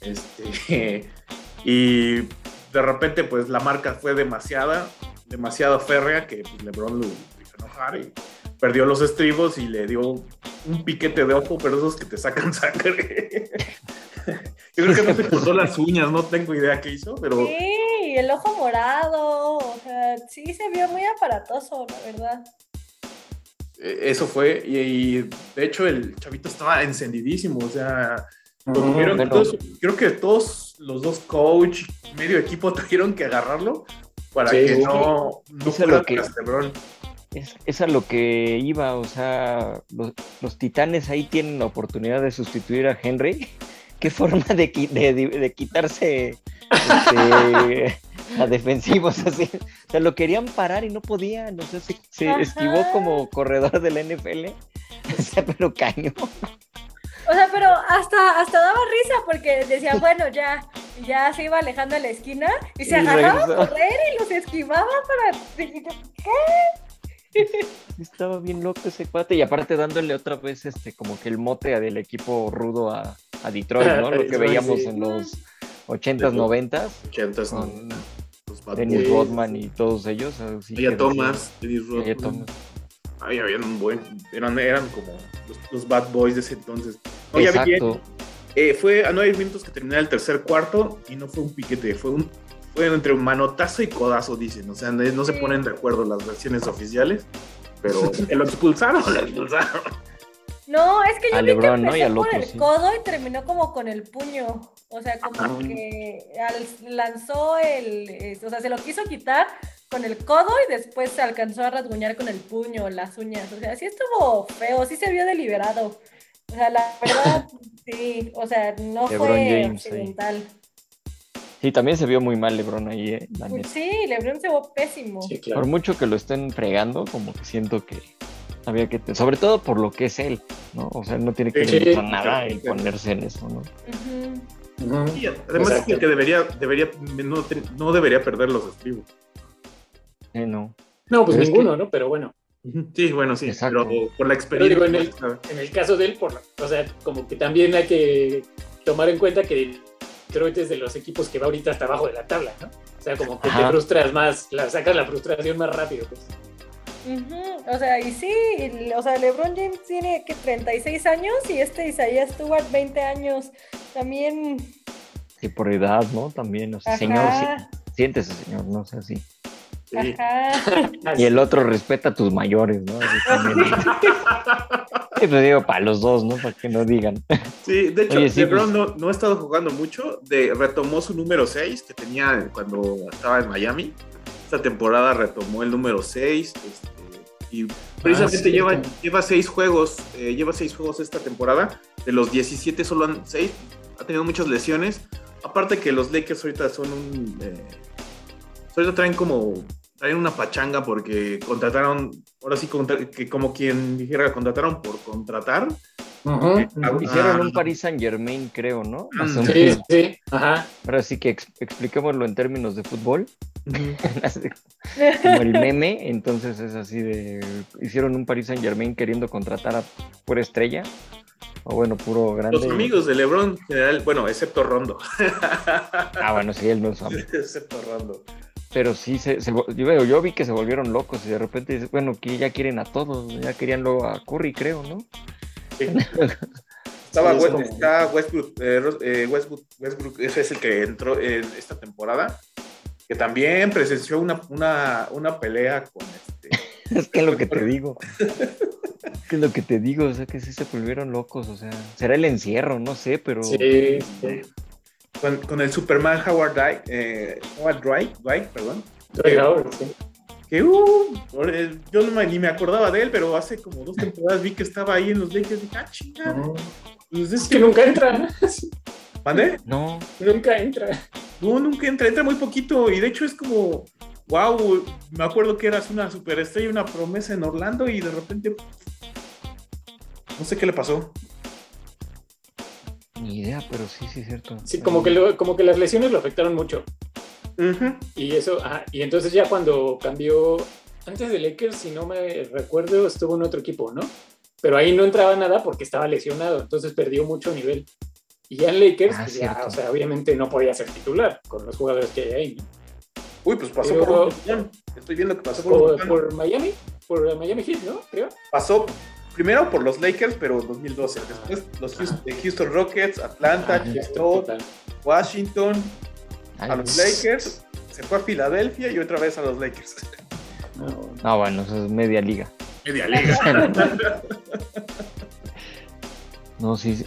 Y de repente, pues, la marca fue demasiado férrea que pues, LeBron lo hizo enojar y perdió los estribos y le dio un piquete de ojo, pero esos que te sacan sangre. Yo creo que no se cortó las uñas, no tengo idea qué hizo, pero...
Sí, el ojo morado, o sea, sí se vio muy aparatoso, la verdad.
Eso fue, y de hecho el chavito estaba encendidísimo, o sea, creo que todos los dos coach, medio equipo tuvieron que agarrarlo para que no fuera tras LeBron.
Es a lo que iba, o sea, los Titanes ahí tienen la oportunidad de sustituir a Henry. ¿Qué forma de quitarse a defensivos así? O sea, lo querían parar y no podían, o sea, se esquivó como corredor de la NFL, o sea, pero caño.
O sea, pero hasta daba risa porque decía, bueno, ya se iba alejando a la esquina y se agarraba a correr y los esquivaba para... ¿Qué?
Estaba bien loco ese cuate y aparte dándole otra vez como que el mote del equipo rudo a Detroit, ¿no? Lo que veíamos en 80s, 90s,
80s,
con
los Bad
Dennis
Boys,
Rodman y todos ellos. Así
Aya
que
Thomas, Dennis
Aya
Rodman.
Thomas.
Ay, habían un buen. Eran como los Bad Boys de ese entonces. No, ya vi
Exacto.
que, fue a 9 minutos que terminaba el tercer cuarto y no fue un piquete, fue entre un manotazo y codazo, dicen. O sea, no se ponen de acuerdo las versiones oficiales, pero lo expulsaron.
No, es que yo
A
vi
LeBron,
que
¿no? Y
empezó
al
por
otro,
el
sí.
codo y terminó como con el puño. O sea, como que lanzó o sea, se lo quiso quitar con el codo y después se alcanzó a rasguñar con el puño, las uñas. O sea, sí estuvo feo, sí se vio deliberado. O sea, la verdad, sí, o sea, no
LeBron
fue
James ahí.
accidental.
Sí, también se vio muy mal LeBron ahí, la
Pues
neta.
sí, LeBron se vio pésimo.
Sí,
Por
claro.
mucho que lo estén fregando, como que siento que había que... Sobre todo por lo que es él, ¿no? O sea, él no tiene que
Sí,
demostrar nada
sí.
y ponerse en eso, ¿no?
Ujú.
Ujú.
Y además
Exacto.
es el que no debería perder los estribos.
No.
No, pues
Pero es
ninguno, ¿no? Pero bueno.
Sí, bueno, sí,
Exacto.
pero por la
Pero digo,
experiencia.
en el caso de él, o sea, como que también hay que tomar en cuenta que Detroit es de los equipos que va ahorita hasta abajo de la tabla, ¿no? O sea, como que te
Ajá.
frustras más, sacas la frustración más rápido, pues.
Ujú. O sea, y sí, o sea, LeBron James tiene que 36 años y Isaiah Stewart 20 años. También,
Sí, por edad, ¿no? También, o sea,
Ajá.
señor, siéntese, señor, no sé así.
Sí.
ajá.
Y el otro respeta a tus mayores, ¿no? Así también. Sí, pues digo, para los dos, ¿no? Para que no digan.
Sí, de hecho,
Oye, sí,
LeBron
pues-
no ha estado jugando mucho. Retomó su número 6 que tenía cuando estaba en Miami. Esta temporada retomó el número 6. Y precisamente
sí,
lleva 6 juegos. Lleva 6 juegos esta temporada. De los 17 solo han 6. Ha tenido muchas lesiones. Aparte que los Lakers ahorita son ahorita traen una pachanga porque contrataron, ahora sí, que como quien dijera, contrataron por contratar.
Hicieron un Paris Saint Germain, creo, ¿no? Hace un
Sí,
tiempo.
sí, ajá.
Ahora sí que expliquémoslo en términos de fútbol.
Ujú.
Como el meme, entonces es así de... Hicieron un Paris Saint Germain queriendo contratar a pura estrella. O bueno, puro grande.
Los amigos de LeBron, en general, bueno, excepto Rondo.
Ah, bueno, sí, él no es amigo.
Excepto Rondo.
Pero sí, yo vi que se volvieron locos y de repente dices, bueno, que ya quieren a todos, ya querían luego a Curry, creo, ¿no?
Sí.
Sí, es como-
Está Westbrook, ese es el que entró en esta temporada, que también presenció una pelea con
Es que es lo que te digo. ¿Qué es lo que te digo? O sea, que sí se volvieron locos, o sea, será el encierro, no sé, pero...
Sí, sí.
con el Superman Howard Dwight, perdón.
Dwight Howard, sí.
Que yo ni me acordaba de él, pero hace como 2 temporadas vi que estaba ahí en los Lakers y dije, chinga.
Ujú.
Pues
Es que nunca entra.
¿Mande?
No,
Nunca entra.
No, nunca entra muy poquito y de hecho es como, wow, me acuerdo que eras una superestrella, una promesa en Orlando y de repente, no sé qué le pasó.
ni idea, pero sí, es cierto.
Sí, como que las lesiones lo afectaron mucho.
Ujú.
Y eso, y entonces ya cuando cambió, antes de Lakers, si no me recuerdo, estuvo en otro equipo, ¿no? Pero ahí no entraba nada porque estaba lesionado, entonces perdió mucho nivel. Y ya en Lakers, pues ya,
cierto.
o sea, obviamente no podía ser titular con los jugadores que hay ahí, ¿no?
Uy, pues pasó
Pero-
por un montón. Estoy viendo que pasó por un montón.
Por Miami, por Miami Heat, ¿no? Creo.
Pasó primero por los Lakers, pero 2012. Después los Houston Rockets, Atlanta, Chicago, Washington,
Ay,
a los Lakers, se fue a Filadelfia y otra vez a los Lakers.
no, bueno, eso es media liga.
Media liga.
No, sí.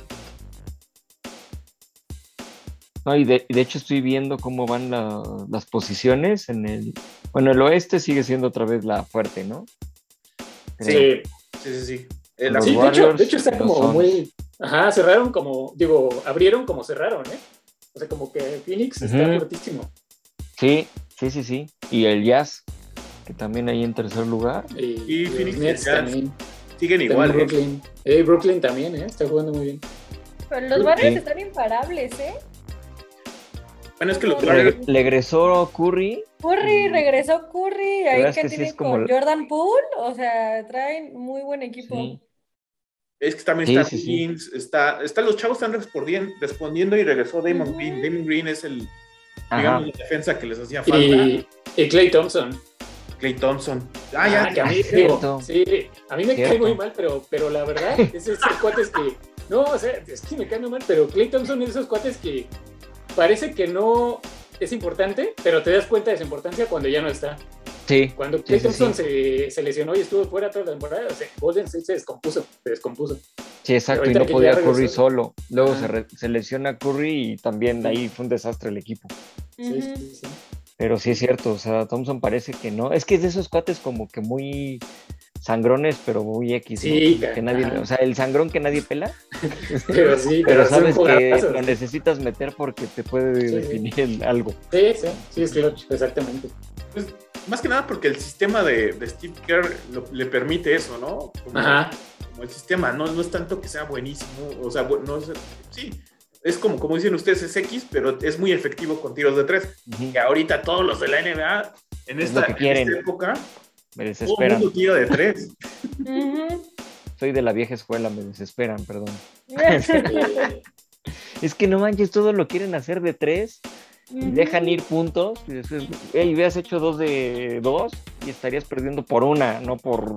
No, y de hecho estoy viendo cómo van las posiciones en el... Bueno, el oeste sigue siendo otra vez la fuerte, ¿no? Creo.
Sí,
Sí.
Los
sí,
Warriors
de hecho está
y
como
los Suns.
muy... Ajá, cerraron como, abrieron como cerraron, ¿eh? O sea, como que Phoenix está
Ujú.
fuertísimo.
Sí. Y el Jazz, que también ahí en tercer lugar.
Y
Phoenix
los
y
Nets
Jazz
también.
siguen
También
igual.
Brooklyn. Brooklyn también, está jugando muy bien.
Pero los Warriors
Sí.
están imparables, ¿eh?
Bueno, es que los
No,
Warriors,
Regresó Curry.
Regresó Curry,
La
ahí
verdad es
que
que sí
tienen
es como
con
la-
Jordan Poole, o sea, traen muy buen equipo.
Sí.
Es que también
Sí,
está
sí, sí.
Vince, los chavos están respondiendo y regresó Damon Green. Damon Green es el, digamos,
Ajá.
la defensa que les hacía falta.
Y Klay Thompson.
Klay Thompson.
Que a mí,
es cierto.
sí, a mí me
Cierto.
cae muy mal, pero la verdad, es esos cuates que, no, o sea, es que me cae muy mal, pero Klay Thompson es esos cuates que parece que no es importante, pero te das cuenta de su importancia cuando ya no está.
Sí.
Cuando Klay
sí,
Thompson
sí.
se lesionó y estuvo fuera toda la temporada, o sea, Golden State se descompuso.
Sí, exacto, y
Ahorita
no
que
podía
ya regresó.
Curry solo. Luego
Ajá.
se lesiona Curry y también ahí fue un desastre el equipo.
Sí.
Pero sí es cierto, o sea, Thompson parece que no. Es que es de esos cuates como que muy sangrones, pero muy X,
Sí,
¿no? Que nadie,
ajá.
o sea, el sangrón que nadie pela,
Pero sí,
pero
son
sabes que
jugadazos.
lo necesitas meter porque te puede
Sí.
definir algo.
Sí, es clutch, exactamente.
Pues, más que nada porque el sistema de Steve Kerr le permite eso, ¿no?
Ajá.
Como el sistema, no es tanto que sea buenísimo, o sea, no es, sí, es como dicen ustedes, es X, pero es muy efectivo con tiros de 3.
Ujú.
Que ahorita todos los de la NBA, en
Es
esta,
lo que quieren.
en esta época,
Me
todo el
desesperan.
mundo tira de 3.
Soy de la vieja escuela, me desesperan, perdón. Es que no manches, todo lo quieren hacer de 3 y dejan ir puntos. Y después, hey, hubieras hecho 2 de 2 y estarías perdiendo por 1, no por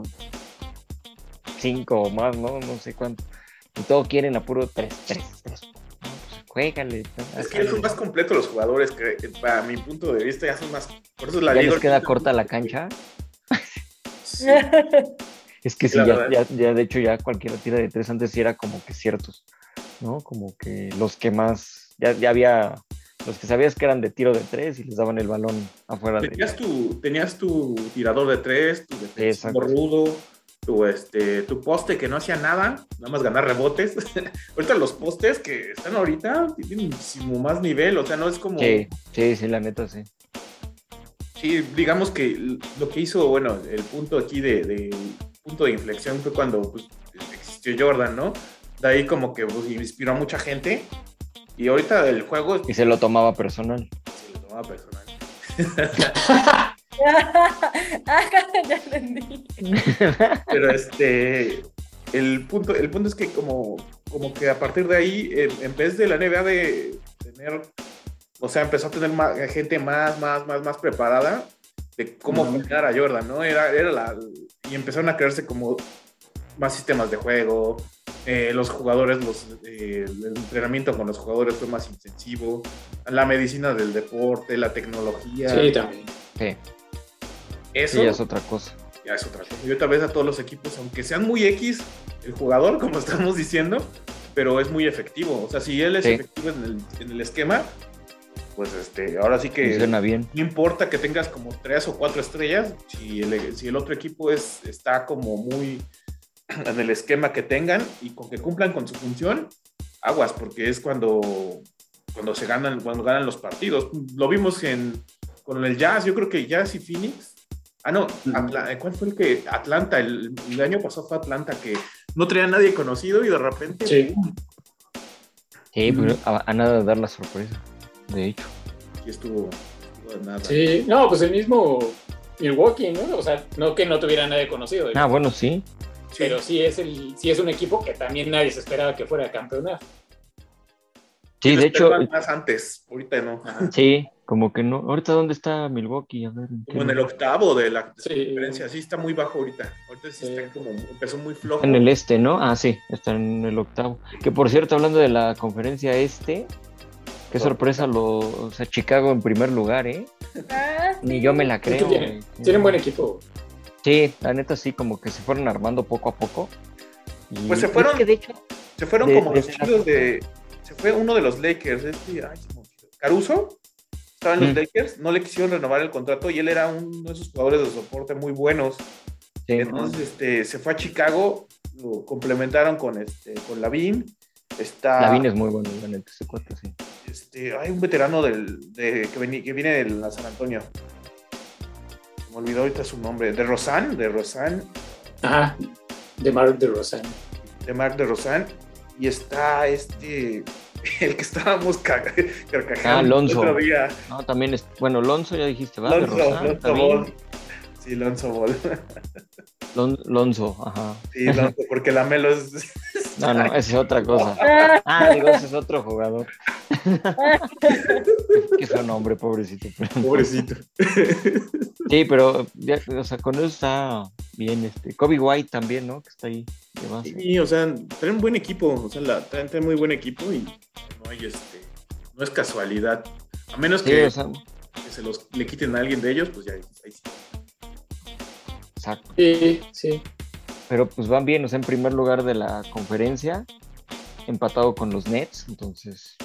5 o más, ¿no? No sé cuánto. Y todo quieren a puro 3. Juégale.
Es que ya son más completos los jugadores, que para mi punto de vista ya son más. Por eso la
¿Ya
liga
les queda corta la cancha?
Sí.
Es que sí,
La
ya de hecho ya cualquiera tira de 3 antes sí era como que ciertos, ¿no? Como que los que más, ya había, los que sabías que eran de tiro de 3 y les daban el balón afuera de...
Tenías tu tirador de 3, tu defensivo
Exacto.
rudo, tu poste que no hacía nada más ganar rebotes. Ahorita los postes que están ahorita tienen muchísimo más nivel, o sea, no es como...
Sí, la neta, sí.
Sí, digamos que lo que hizo, bueno, el punto aquí de punto de inflexión fue cuando pues, existió Jordan, ¿no? De ahí como que pues, inspiró a mucha gente y ahorita el juego...
Y se lo tomaba personal.
Se lo tomaba personal.
Ya entendí.
Pero el punto es que como que a partir de ahí, en vez de la NBA de tener, o sea, empezó a tener gente más preparada de cómo frenar a Jordan, ¿no? Y empezaron a crearse como más sistemas de juego, los jugadores, el entrenamiento con los jugadores fue más intensivo, la medicina del deporte, la tecnología.
Sí, también.
Sí.
Eso
Sí, ya es otra cosa.
Ya es otra cosa. Y otra vez a todos los equipos, aunque sean muy X el jugador, como estamos diciendo, pero es muy efectivo. O sea, si él es efectivo en el esquema, pues ahora sí que
funciona bien.
No importa que tengas como 3 o 4 estrellas, si el otro equipo está como muy en el esquema que tengan y con que cumplan con su función, aguas, porque es cuando ganan los partidos. Lo vimos con el Jazz, yo creo que Jazz y Phoenix. ¿Cuál fue el que? Atlanta, el año pasado fue Atlanta, que no traía a nadie conocido y de repente...
Sí.
Sí, pero a nada de dar la sorpresa, de hecho.
Y estuvo de nada.
Sí, no, pues el mismo Milwaukee, ¿no? O sea, no que no tuviera nadie conocido.
Ah, bueno, sí.
Pero sí es un equipo que también nadie se esperaba que fuera a campeonar.
Sí, de hecho...
Más antes, ahorita no.
Sí, como que no. Ahorita, ¿dónde está Milwaukee? A ver,
como en el octavo de la
Sí.
conferencia. Sí, está muy bajo ahorita. Ahorita sí está como... Empezó muy flojo.
En el este, ¿no? Ah, sí, está en el octavo. Que por cierto, hablando de la conferencia este, qué sorpresa o sea, Chicago en primer lugar, ¿eh? Ni yo me la creo.
Tienen buen equipo.
Sí, la neta sí, como que se fueron armando poco a poco. Y
pues se fueron,
es que de hecho,
se fueron como los chidos de... Se fue uno de los Lakers, Caruso, estaba en los Lakers, no le quisieron renovar el contrato y él era uno de esos jugadores de soporte muy buenos. Sí, entonces se fue a Chicago, lo complementaron con Lavin.
Lavin es muy bueno, la neta, ese cuate, sí.
Hay un veterano que viene de San Antonio. Me olvidó ahorita su nombre. De Rosanne.
Ajá, de Mark DeRozan.
De Mark DeRozan. Y está el que estábamos carcajando
Lonzo.
el otro día.
No, también es, bueno, Lonzo ya dijiste, ¿va?
Lonzo Ball. Sí, Lonzo Ball.
Lonzo, ajá.
Sí, Lonzo, porque la Melo
No, esa es otra cosa. Digo, ese es otro jugador. Que fue un hombre, pobrecito.
Pobrecito.
Sí, pero ya, o sea, con eso está bien. Kobe White también, ¿no? Que está ahí de base.
Sí, o sea, traen buen equipo, o sea, traen muy buen equipo y no hay no es casualidad. A menos
Sí,
que,
o sea,
que le quiten a alguien de ellos, pues ya ahí sí.
exacto.
Sí.
Pero pues van bien, o sea, en primer lugar de la conferencia, empatado con los Nets, entonces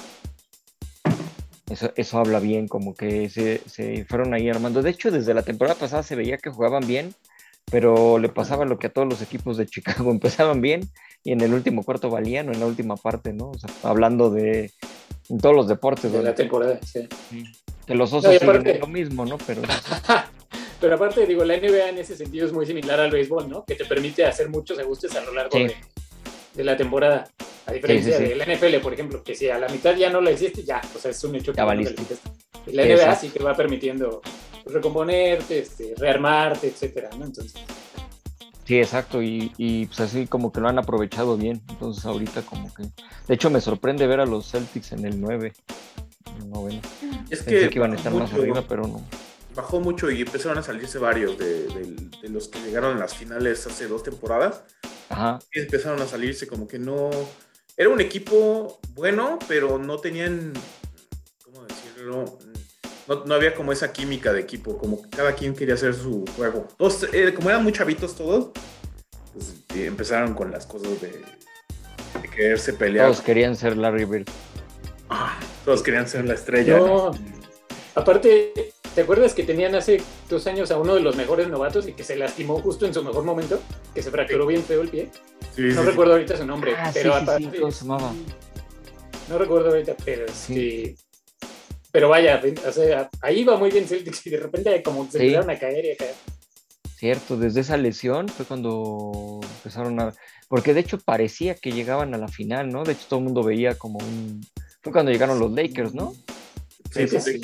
eso habla bien, como que se fueron ahí armando. De hecho, desde la temporada pasada se veía que jugaban bien, pero le pasaba lo que a todos los equipos de Chicago empezaban bien y en el último cuarto valían o en la última parte, ¿no? O sea, hablando de en todos los deportes,
De la temporada, sí.
Que los Osos
No, y
siguen
aparte-
lo mismo, ¿no? Pero
Pero aparte, digo, la NBA en ese sentido es muy similar al béisbol, ¿no? Que te permite hacer muchos ajustes a lo largo
Sí.
de la temporada. A diferencia
Sí.
de la NFL, por ejemplo, que si a la mitad ya no la hiciste, ya, o sea, es un hecho que
Ya
no
valiste.
calificaste. Y la NBA
Exacto.
sí que va permitiendo pues, recomponerte, rearmarte, etcétera, ¿no? Entonces,
sí, exacto, y pues así como que lo han aprovechado bien. Entonces ahorita como que... De hecho me sorprende ver a los Celtics en el 9, en el noveno.
Es
Pensé
que
que iban a
bajó
estar más
mucho,
arriba, pero no.
bajó mucho y empezaron a salirse varios de los que llegaron a las finales hace 2 temporadas.
Ajá,
Y empezaron a salirse como que no... Era un equipo bueno, pero no tenían, ¿cómo decirlo? No había como esa química de equipo, como que cada quien quería hacer su juego. Todos, como eran muy chavitos todos, pues empezaron con las cosas de quererse pelear.
todos querían ser Larry Bird.
Todos querían ser la estrella.
no. Aparte, ¿te acuerdas que tenían hace 2 años a uno de los mejores novatos y que se lastimó justo en su mejor momento? Que se fracturó bien feo el pie.
Sí,
No
sí,
recuerdo ahorita su nombre, pero
sí,
aparte,
¿cómo se llamaba?
no recuerdo ahorita, pero
Sí.
pero vaya, o sea, ahí va muy bien Celtics y de repente como se
Sí.
empezaron a caer y a caer.
Cierto, desde esa lesión fue cuando empezaron a... Porque de hecho parecía que llegaban a la final, ¿no? De hecho todo el mundo veía como un... Fue cuando llegaron los Lakers, ¿no?
Sí,
Sí,
sí,
sí.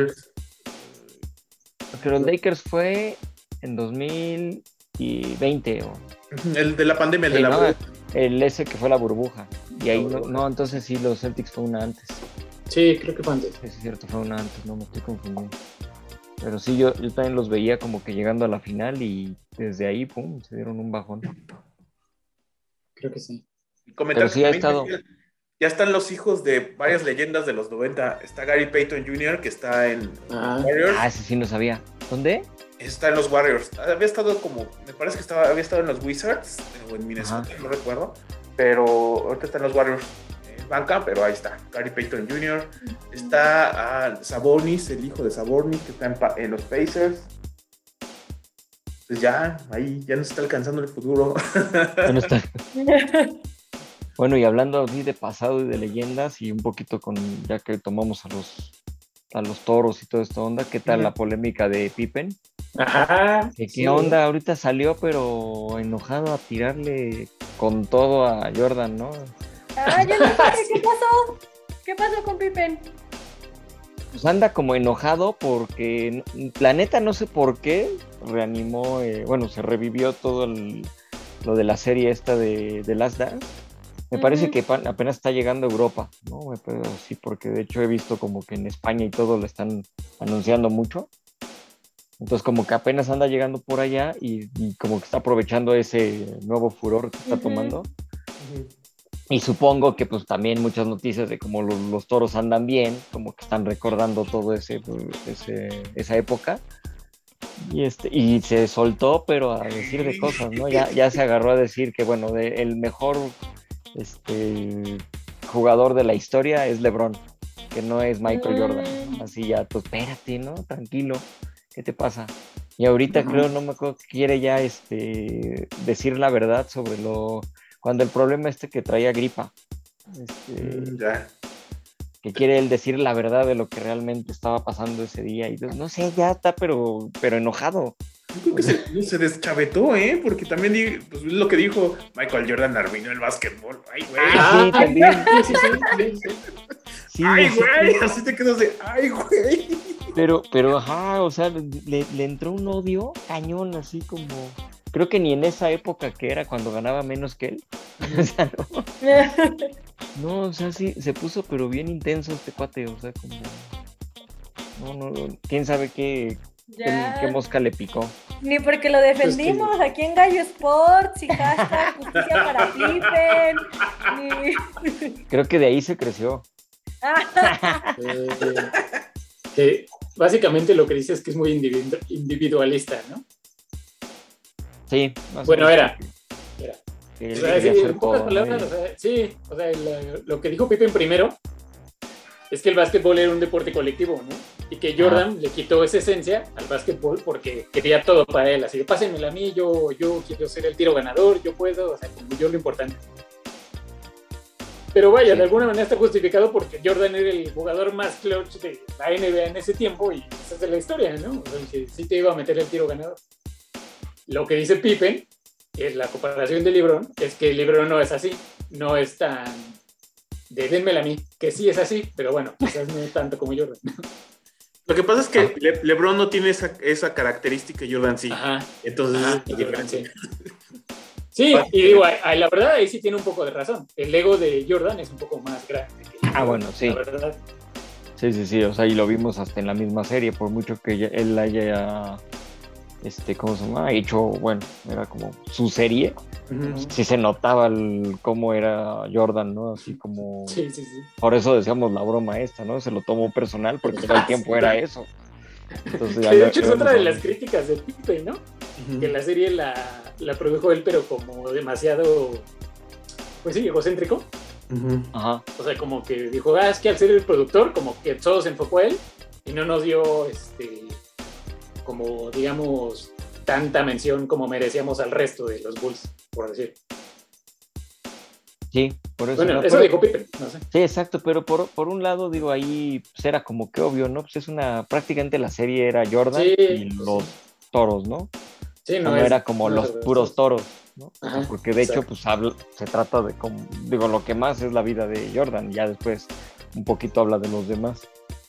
Porque los Lakers fue en 2020 o...
El de la pandemia, el
Sí,
de la...
¿no? El ese que fue la burbuja. Y ahí no, entonces sí, los Celtics fue una antes.
Sí, creo que fue antes.
Sí, es cierto, fue una antes, no me estoy confundiendo. Pero sí, yo también los veía como que llegando a la final y desde ahí, pum, se dieron un bajón.
Creo que sí.
Comentar
Pero sí
que
ha
también
estado.
ya están los hijos de varias leyendas de los 90. Está Gary Payton Jr., que está en Warriors.
Ese sí no sabía. ¿Dónde?
Está en los Warriors. Había estado me parece que había estado en los Wizards o en Minnesota, no recuerdo. Pero ahorita está en los Warriors en banca, pero ahí está. Gary Payton Jr. Está Sabonis, el hijo de Sabonis, que está en los Pacers. Pues ya, ahí ya nos está alcanzando el futuro.
Ya no está. Bueno, y hablando así de pasado y de leyendas y un poquito ya que tomamos a los Toros y toda esta onda, ¿qué tal la polémica de Pippen?
Ajá.
¿Qué
sí.
onda? Ahorita salió pero enojado a tirarle con todo a Jordan, ¿no?
Yo no sé qué pasó. ¿Qué pasó con Pippen?
Pues anda como enojado porque la neta no sé por qué reanimó, se revivió todo lo de la serie esta de Last Dance. Me parece que apenas está llegando a Europa, ¿no? Sí, porque de hecho he visto como que en España y todo lo están anunciando mucho. Entonces como que apenas anda llegando por allá y como que está aprovechando ese nuevo furor que está tomando. Y supongo que pues también muchas noticias de cómo los Toros andan bien, como que están recordando todo esa época. Y se soltó, pero a decir de cosas, ¿no? Ya se agarró a decir que, bueno, el mejor jugador de la historia es LeBron, que no es Michael Jordan, ¿no? Así ya, pues espérate, ¿no? Tranquilo, ¿qué te pasa? Y ahorita creo, no me acuerdo, que quiere ya decir la verdad sobre cuando el problema que traía gripa.
Ya.
Que quiere él decir la verdad de lo que realmente estaba pasando ese día. Y no sé, ya está, pero enojado.
Yo creo que se deschavetó, porque también pues, es lo que dijo Michael Jordan arruinó el básquetbol. Ay, güey.
Sí, también.
Sí.
Ay, güey, así te quedas de, ay, güey.
Pero, ajá, o sea, le entró un odio cañón, así como... creo que ni en esa época que era cuando ganaba menos que él. O sea, no, o sea, sí, se puso pero bien intenso este cuate, o sea, como... No, quién sabe qué mosca le picó.
Ni porque lo defendimos aquí en Gallo Sports y hashtag justicia para Pippen.
Creo que de ahí se creció.
Que básicamente lo que dice es que es muy individualista, ¿no?
Sí.
Bueno, era.
Que
O sea, sí, en pocas palabras, o sea, sí, o sea, lo que dijo Pippen primero es que el básquetbol era un deporte colectivo, ¿no? Y que Jordan le quitó esa esencia al básquetbol porque quería todo para él, así que pásenmela a mí, yo quiero ser el tiro ganador, yo puedo, o sea, como yo lo importante. Pero vaya, de alguna manera está justificado porque Jordan era el jugador más clutch de la NBA en ese tiempo y esa es la historia, ¿no? O sea, que sí te iba a meter el tiro ganador. Lo que dice Pippen, que es la comparación de LeBron, es que LeBron no es así, no es tan de dénmela a mí, que sí es así, pero bueno, quizás no tanto como Jordan.
Lo que pasa es que LeBron no tiene esa característica y Jordan sí.
Ajá.
Entonces es
diferente. Sí, y digo, la verdad ahí sí tiene un poco de razón. El ego de Jordan es un poco más grande.
Bueno, sí.
La verdad.
Sí, o sea, y lo vimos hasta en la misma serie, por mucho que él haya, ¿cómo se llama? Hecho, bueno, era como su serie. Sí se notaba cómo era Jordan, ¿no? Así como...
Sí.
Por eso decíamos la broma esta, ¿no? Se lo tomó personal porque todo el tiempo era eso. Entonces,
de hecho, es otra de las críticas de Pippen, ¿no? Que la serie la produjo él, pero como demasiado, pues sí, egocéntrico.
Ajá.
O sea, como que dijo, es que al ser el productor, como que todo se enfocó a él y no nos dio, como, digamos, tanta mención como merecíamos al resto de los Bulls, por decir.
Sí, por eso.
Bueno, eso dijo Pippen, no sé.
Sí, exacto, pero por un lado, digo, ahí pues era como que obvio, ¿no? Pues prácticamente la serie era Jordan y los toros, ¿no?
Sí,
no era como los puros toros, ¿no?
Ajá,
porque de hecho, pues se trata de como, digo, lo que más es la vida de Jordan, ya después un poquito habla de los demás.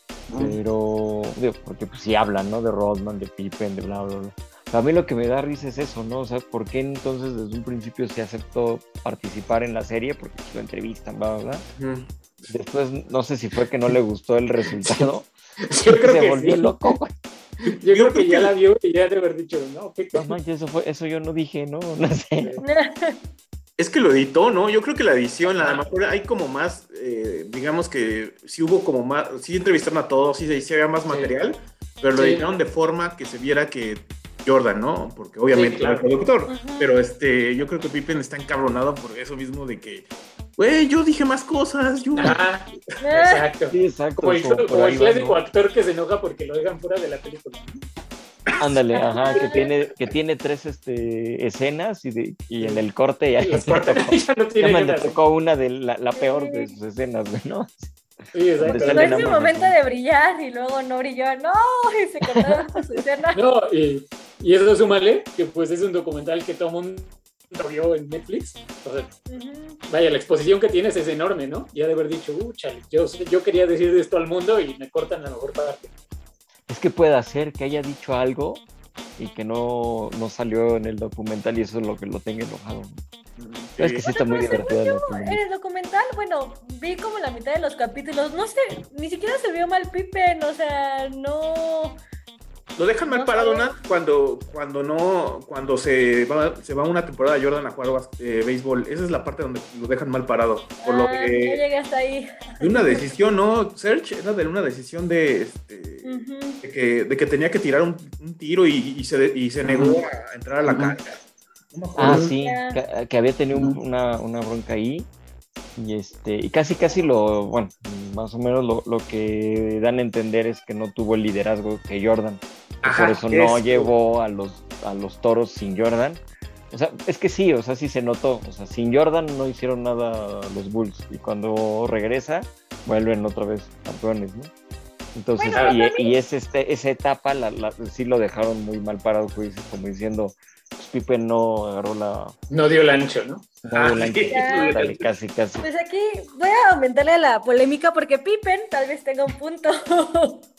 Pero, digo, porque pues sí hablan, ¿no? De Rodman, de Pippen, de bla, bla, bla. A mí lo que me da risa es eso, ¿no? O sea, ¿por qué entonces desde un principio se aceptó participar en la serie? Porque pues, lo entrevistan, bla, bla, bla. Después, no sé si fue que no le gustó el resultado.
Yo creo
se
que
volvió
sí.
loco.
Yo creo que ya la vio y ya debe haber dicho, no, ¿qué?
No manches, eso yo no dije, ¿no? No sé.
Es que lo editó, ¿no? Yo creo que la edición, a lo mejor hay como más, digamos que sí hubo como más, sí entrevistaron a todos, sí había más material, pero lo editaron de forma que se viera que Jordan, ¿no? Porque obviamente era el productor, pero yo creo que Pippen está encabronado por eso mismo de que, güey, yo dije más cosas,
exacto.
Sí, exacto.
Como el clásico actor que se enoja porque lo dejan fuera de la película.
Ándale, ajá, que tiene 3 escenas y en el corte ya me tocó una de la peor de sus escenas, ¿no?
Sí, exacto.
Fue ese momento de brillar y luego no brilló, no, y se cortaron su escena.
No, y eso súmale, que pues es un documental que todo el mundo vio en Netflix. O sea, vaya, la exposición que tienes es enorme, ¿no? Ya de haber dicho, chale, yo quería decir esto al mundo y me cortan la mejor parte.
Es que puede ser que haya dicho algo y que no salió en el documental y eso es lo que lo tenga enojado. Sí. Es que sí está muy divertido.
En el documental, bueno, vi como la mitad de los capítulos, no sé, ni siquiera se vio mal Pippen, o sea, no...
Lo dejan mal parado, Nat, cuando se va una temporada Jordan a jugar béisbol. Esa es la parte donde lo dejan mal parado. Por lo
no llegué hasta ahí.
De una decisión, ¿no? Serge era de una decisión de que tenía que tirar un tiro y se negó a entrar a la cancha.
No sí, que había tenido una bronca ahí. Y casi bueno, más o menos lo que dan a entender es que no tuvo el liderazgo que Jordan. Por eso no llevó a los toros sin Jordan. O sea, es que sí, o sea, sí se notó. O sea, sin Jordan no hicieron nada los Bulls. Y cuando regresa, vuelven otra vez campeones, ¿no? Entonces, bueno, y esa etapa sí lo dejaron muy mal parado, pues, como diciendo, pues Pippen no agarró
no dio el ancho, ¿no?
No dio el ancho. Dale, casi.
Pues aquí voy a aumentarle la polémica porque Pippen tal vez tenga un punto.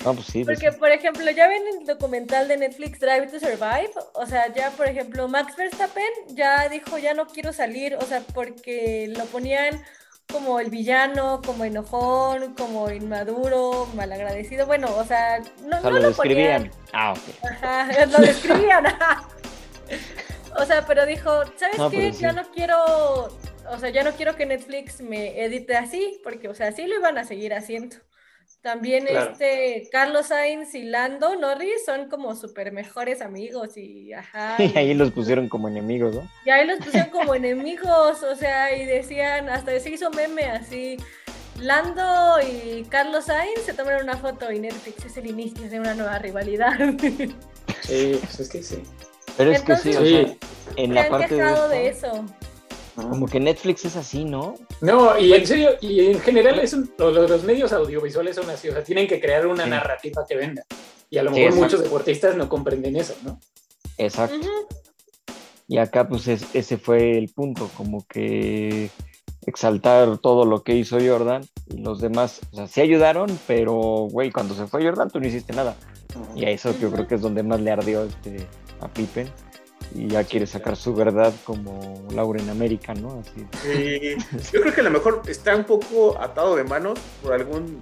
No, pues sí.
Porque, por ejemplo, ya ven el documental de Netflix Drive to Survive, o sea, ya, por ejemplo, Max Verstappen ya dijo, ya no quiero salir, o sea, porque lo ponían como el villano, como enojón, como inmaduro, malagradecido, bueno, o sea, no,
O sea,
no
lo
lo ponían,
describían. Ah, ok.
ajá, lo describían, ajá. O sea, pero dijo, ¿sabes
No,
qué?
pero sí.
Ya no quiero, o sea, ya no quiero que Netflix me edite así, porque, o sea, así lo iban a seguir haciendo. También
Claro.
Carlos Sainz y Lando Norris son como súper mejores amigos y ajá,
Y ahí los pusieron como enemigos, ¿no?
y ahí los pusieron como enemigos, o sea, y decían, hasta se hizo meme así, Lando y Carlos Sainz se tomaron una foto y Netflix es el inicio de una nueva rivalidad.
Sí, pues es que sí.
Pero es que sí,
Entonces,
o
Sí.
sea, en
se
la
han
parte
quejado
de
de
esto,
eso.
como que Netflix es así, ¿no?
No, y en serio, y en general los medios audiovisuales son así, o sea, tienen que crear una
Sí.
narrativa que venda. Y a lo
Sí,
mejor
exacto.
muchos deportistas no comprenden eso, ¿no?
Exacto.
Ujú.
Y acá, pues, ese fue el punto, como que exaltar todo lo que hizo Jordan y los demás, o sea, sí ayudaron, pero, güey, cuando se fue Jordan, tú no hiciste nada. Y a eso yo creo que es donde más le ardió a Pippen. Y ya quiere sacar su verdad como Laura en América, ¿no? Así.
Yo creo que a lo mejor está un poco atado de manos por algún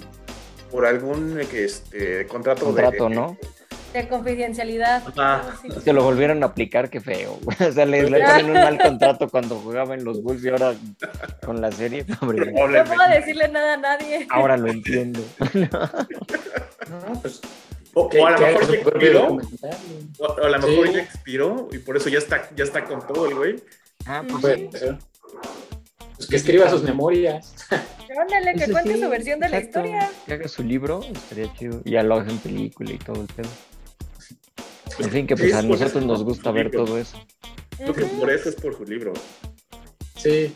Contrato, ¿no?
De confidencialidad.
Ajá.
algo así.
Es que lo volvieron a aplicar, qué feo, güey. O sea, le ponen un mal contrato cuando jugaba en los Bulls y ahora con la serie, hombre,
No puedo decirle nada a nadie.
ahora lo entiendo.
No, pues,
O a lo
que haga
mejor
su
ya
propio
expiró,
documental.
o a lo mejor
Sí.
ya expiró y por eso ya está con todo el güey.
Ah, pues
Puede
sí.
ser. Pues que escriba sus memorias.
Ándale, que
Ese
cuente
sí,
su versión de la
exacto.
historia.
Que haga su libro, estaría chido. Y ya lo haga en película y todo el pedo. En fin, que pues
Sí,
a
es por
nosotros
eso,
nos
¿no?
gusta
Su
ver
libro.
todo eso.
Creo que por eso es por su libro.
Sí,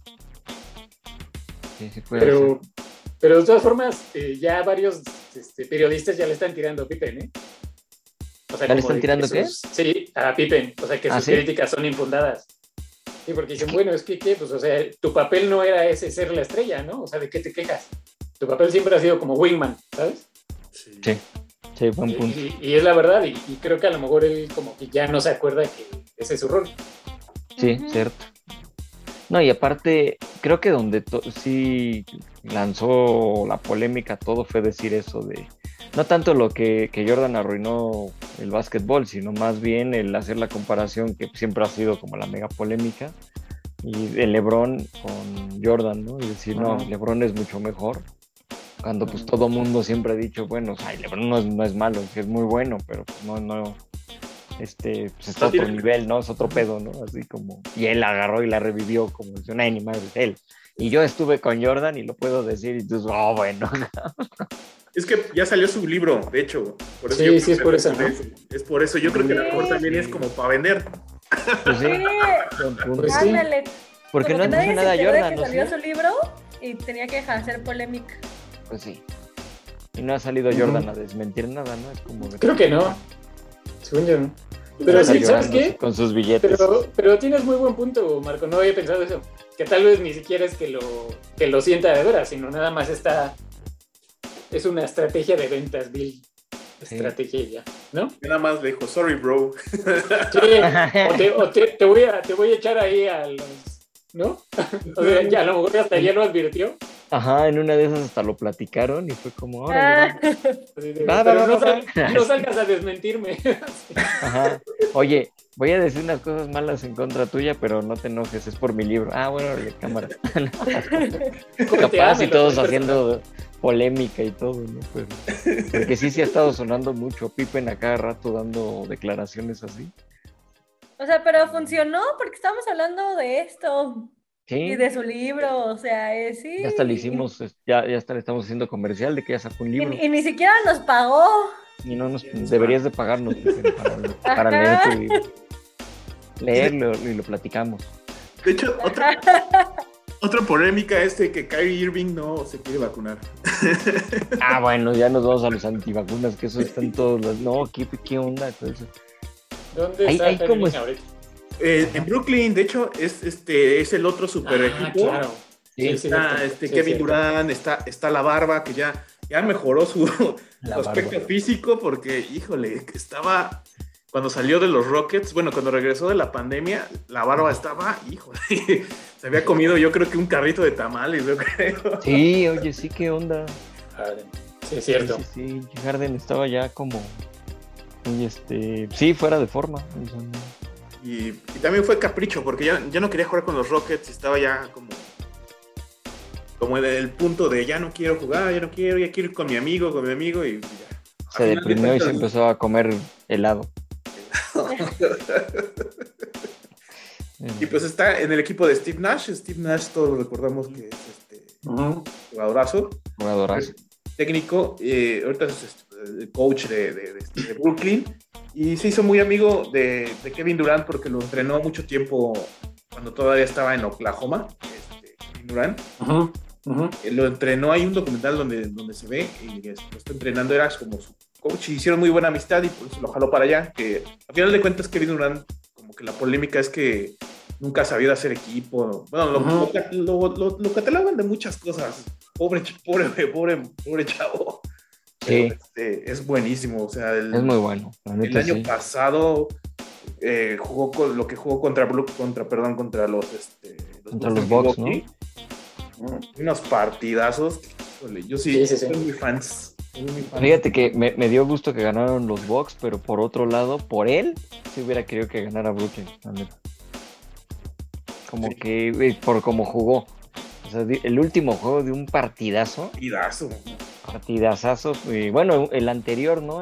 Sí, sí puede ser.
pero de todas formas, ya varios periodistas ya le están tirando a Pippen, ¿eh? O sea,
¿Ya le
como
están
de
tirando
que sí, a Pippen. O sea, que
¿Ah,
sus
sí?
críticas son infundadas. Sí, porque dicen, bueno, es que, ¿qué? Pues, o sea, tu papel no era ese ser la estrella, ¿no? O sea, ¿de qué te quejas? Tu papel siempre ha sido como wingman, ¿sabes?
Sí.
Sí, sí, buen punto.
Y es la verdad, y creo que a lo mejor él como que ya no se acuerda que ese es su rol.
Sí,
Ujú.
cierto. No, y aparte, creo que donde sí lanzó la polémica todo fue decir eso de, no tanto lo que Jordan arruinó el básquetbol, sino más bien el hacer la comparación que siempre ha sido como la mega polémica, y de LeBron con Jordan, ¿no? Y decir, no,
Ajá.
LeBron es mucho mejor, cuando pues todo mundo siempre ha dicho, bueno, o sea, LeBron no es malo, sí es muy bueno, pero pues no, pues está a otro nivel, ¿no? Es otro pedo, ¿no? Así como, y él la agarró y la revivió como dice, una madre es él. Y yo estuve con Jordan y lo puedo decir, y tú, oh, bueno.
Es que ya salió su libro, de hecho. Por eso
Sí,
yo creo
sí, es
que
por eso, ¿no?
Es por eso. Yo creo que a lo mejor
Sí.
también es como para vender.
Pues sí,
Sí,
buen punto.
Pues sí.
ándale.
Porque
Como
no
que
han dicho
nadie se
nada
enteró de
Jordan,
que
¿no?
salió
¿Sí?
su libro y tenía que hacer polémica.
Pues sí. Y no ha salido Jordan a desmentir nada, ¿no? Es como de...
Creo que no. Según yo, no. Pero
Está
sí, ¿sabes
llorando
qué?
con sus billetes.
Pero tienes muy buen punto, Marco. No había pensado eso. Que tal vez ni siquiera es que lo sienta de veras, sino nada más es una estrategia de ventas, Bill.
Sí.
Estrategia y ya, ¿no?
Nada más le dijo, sorry, bro.
Sí, o te voy a echar ahí a los, ¿no? O sea, ya a lo mejor hasta ya lo advirtió.
Ajá, en una de esas hasta lo platicaron y fue como, órale,
Ah,
Así de,
Va,
pero
va,
no,
va, va.
no salgas a desmentirme.
ajá. Oye, voy a decir unas cosas malas en contra tuya, pero no te enojes, es por mi libro. Ah, bueno, órale, cámara. Capaz y todos haciendo polémica y todo, ¿no? Pero, porque sí ha estado sonando mucho Pippen a cada rato dando declaraciones así.
o sea, pero funcionó porque estamos hablando de esto
Sí,
y de su libro, o sea, sí.
ya hasta le hicimos, ya hasta le estamos haciendo comercial de que ya sacó un libro.
Y ni siquiera nos pagó.
Y no nos deberías de pagarnos Pippen, para leer tu libro. Leerlo y lo platicamos.
De hecho, otra polémica es de que Kyrie Irving no se quiere vacunar.
Ah, bueno, ya nos vamos a los antivacunas, que eso está en todos los... No, ¿qué onda? Todo eso.
¿Dónde
Ahí-
está
ahí como
Irving
es-
ahorita?
En Brooklyn, de hecho, es el otro super equipo.
Claro.
Sí,
Está
cierto. Sí,
Kevin
cierto.
Durant, está la Barba, que ya mejoró
La
su aspecto
barba.
físico, porque, híjole, estaba, cuando salió de los Rockets, bueno, cuando regresó de la pandemia, la barba estaba, híjole, se había comido yo creo que un carrito de tamales, yo creo.
Sí, oye, sí, qué onda.
Harden. Sí, es cierto.
Sí, Harden estaba ya como, muy, sí, fuera de forma. O sea,
Y también fue capricho, porque ya no quería jugar con los Rockets, estaba ya como en el punto de ya no quiero jugar, ya quiero ir con mi amigo, y ya.
se deprimió y se empezó a comer helado.
Y pues está en el equipo de Steve Nash. Steve Nash todos lo recordamos que es jugadorazo.
Jugadorazo.
Técnico, ahorita es el coach de Brooklyn. Y se hizo muy amigo de Kevin Durant porque lo entrenó mucho tiempo cuando todavía estaba en Oklahoma. Kevin Durant. Lo entrenó, hay un documental donde se ve y lo está entrenando, era como su coach, y hicieron muy buena amistad y pues lo jaló para allá. Que a final de cuentas Kevin Durant, como que la polémica es que nunca ha sabido hacer equipo. Bueno, lo catalogan de muchas cosas. Pobre chavo.
Sí.
Pero, es buenísimo, o sea,
Es muy bueno.
El año pasado jugó con lo que jugó contra los
Bucks, ¿no?
Unos partidazos. Híjole, yo sí. Soy muy fans.
Fíjate que me dio gusto que ganaron los Bucks, pero por otro lado, por él, sí hubiera querido que ganara Brooklyn, la neta. Como que, por cómo jugó. O sea, el último juego de un partidazo. Partidazazo. Bueno, el anterior, ¿no?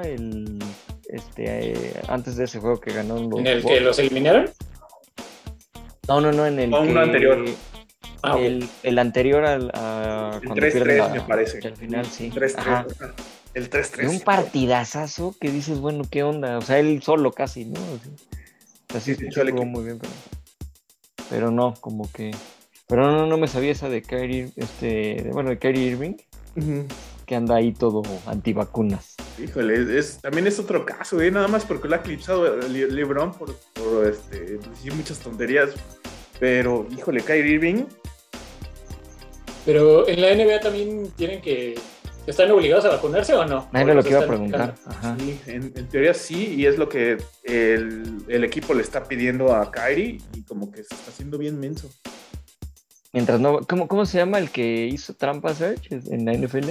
Antes de ese juego que ganó los
¿En el
Bucks.
que los eliminaron?
No, en el que...
uno anterior.
El anterior
el
cuando
3-3 me parece.
Que al final sí.
El 3-3. El 3-3.
Un partidazazo que dices, bueno, ¿qué onda? O sea, él solo casi, ¿no? Así jugó muy bien, pero no, como que... Pero no me sabía esa de Kyrie, de Kyrie Irving, que anda ahí todo antivacunas.
Híjole, también es otro caso, nada más porque lo ha eclipsado LeBron por decir muchas tonterías. Pero, híjole, Kyrie Irving.
Pero en la NBA también ¿están obligados a vacunarse o no?
Era lo que iba a preguntar. Ajá.
Sí, en teoría sí, y es lo que el equipo le está pidiendo a Kyrie, y como que se está haciendo bien menso.
Mientras no, ¿cómo se llama el que hizo trampa Search en la NFL?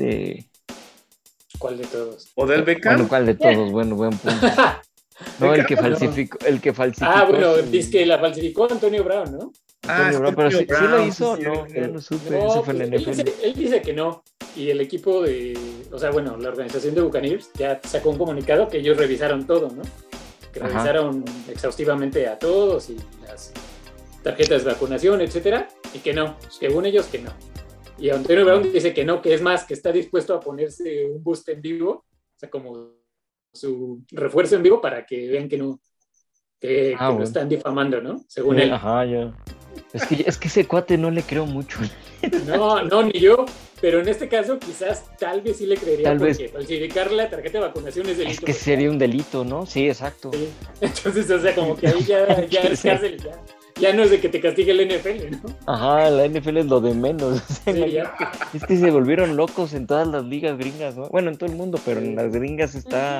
¿Cuál de todos?
Odell Beckham.
Bueno, ¿cuál de todos? Bueno, buen punto. No, el que falsificó.
Bueno, dice que la falsificó Antonio Brown, ¿no?
Antonio Brown, pero sí lo hizo,
sí,
no, ya no supe,
No,
eso fue en la NFL.
Él dice que no, y el equipo la organización de Buccaneers ya sacó un comunicado que ellos revisaron todo, ¿no? Que revisaron exhaustivamente a todos y las tarjetas de vacunación, etcétera, y que no, según ellos que no. Y Antonio Brown dice que no, que es más, que está dispuesto a ponerse un boost en vivo, o sea, como su refuerzo en vivo para que vean que no, que lo están difamando, ¿no? Según él.
Ajá, ya. Es que ese cuate no le creo mucho.
No, ni yo, pero en este caso quizás tal vez sí le creería,
tal
porque
vez.
Falsificar la tarjeta de vacunación es delito.
Es que sería un delito, ¿no? Sí, exacto.
Sí. Entonces, o sea, como que ahí ya es cárcel, ya no es de que te castigue el NFL, ¿no?
Ajá, la NFL es lo de menos.
Sí, ya.
Es que se volvieron locos en todas las ligas gringas, ¿no? Bueno, en todo el mundo, pero en las gringas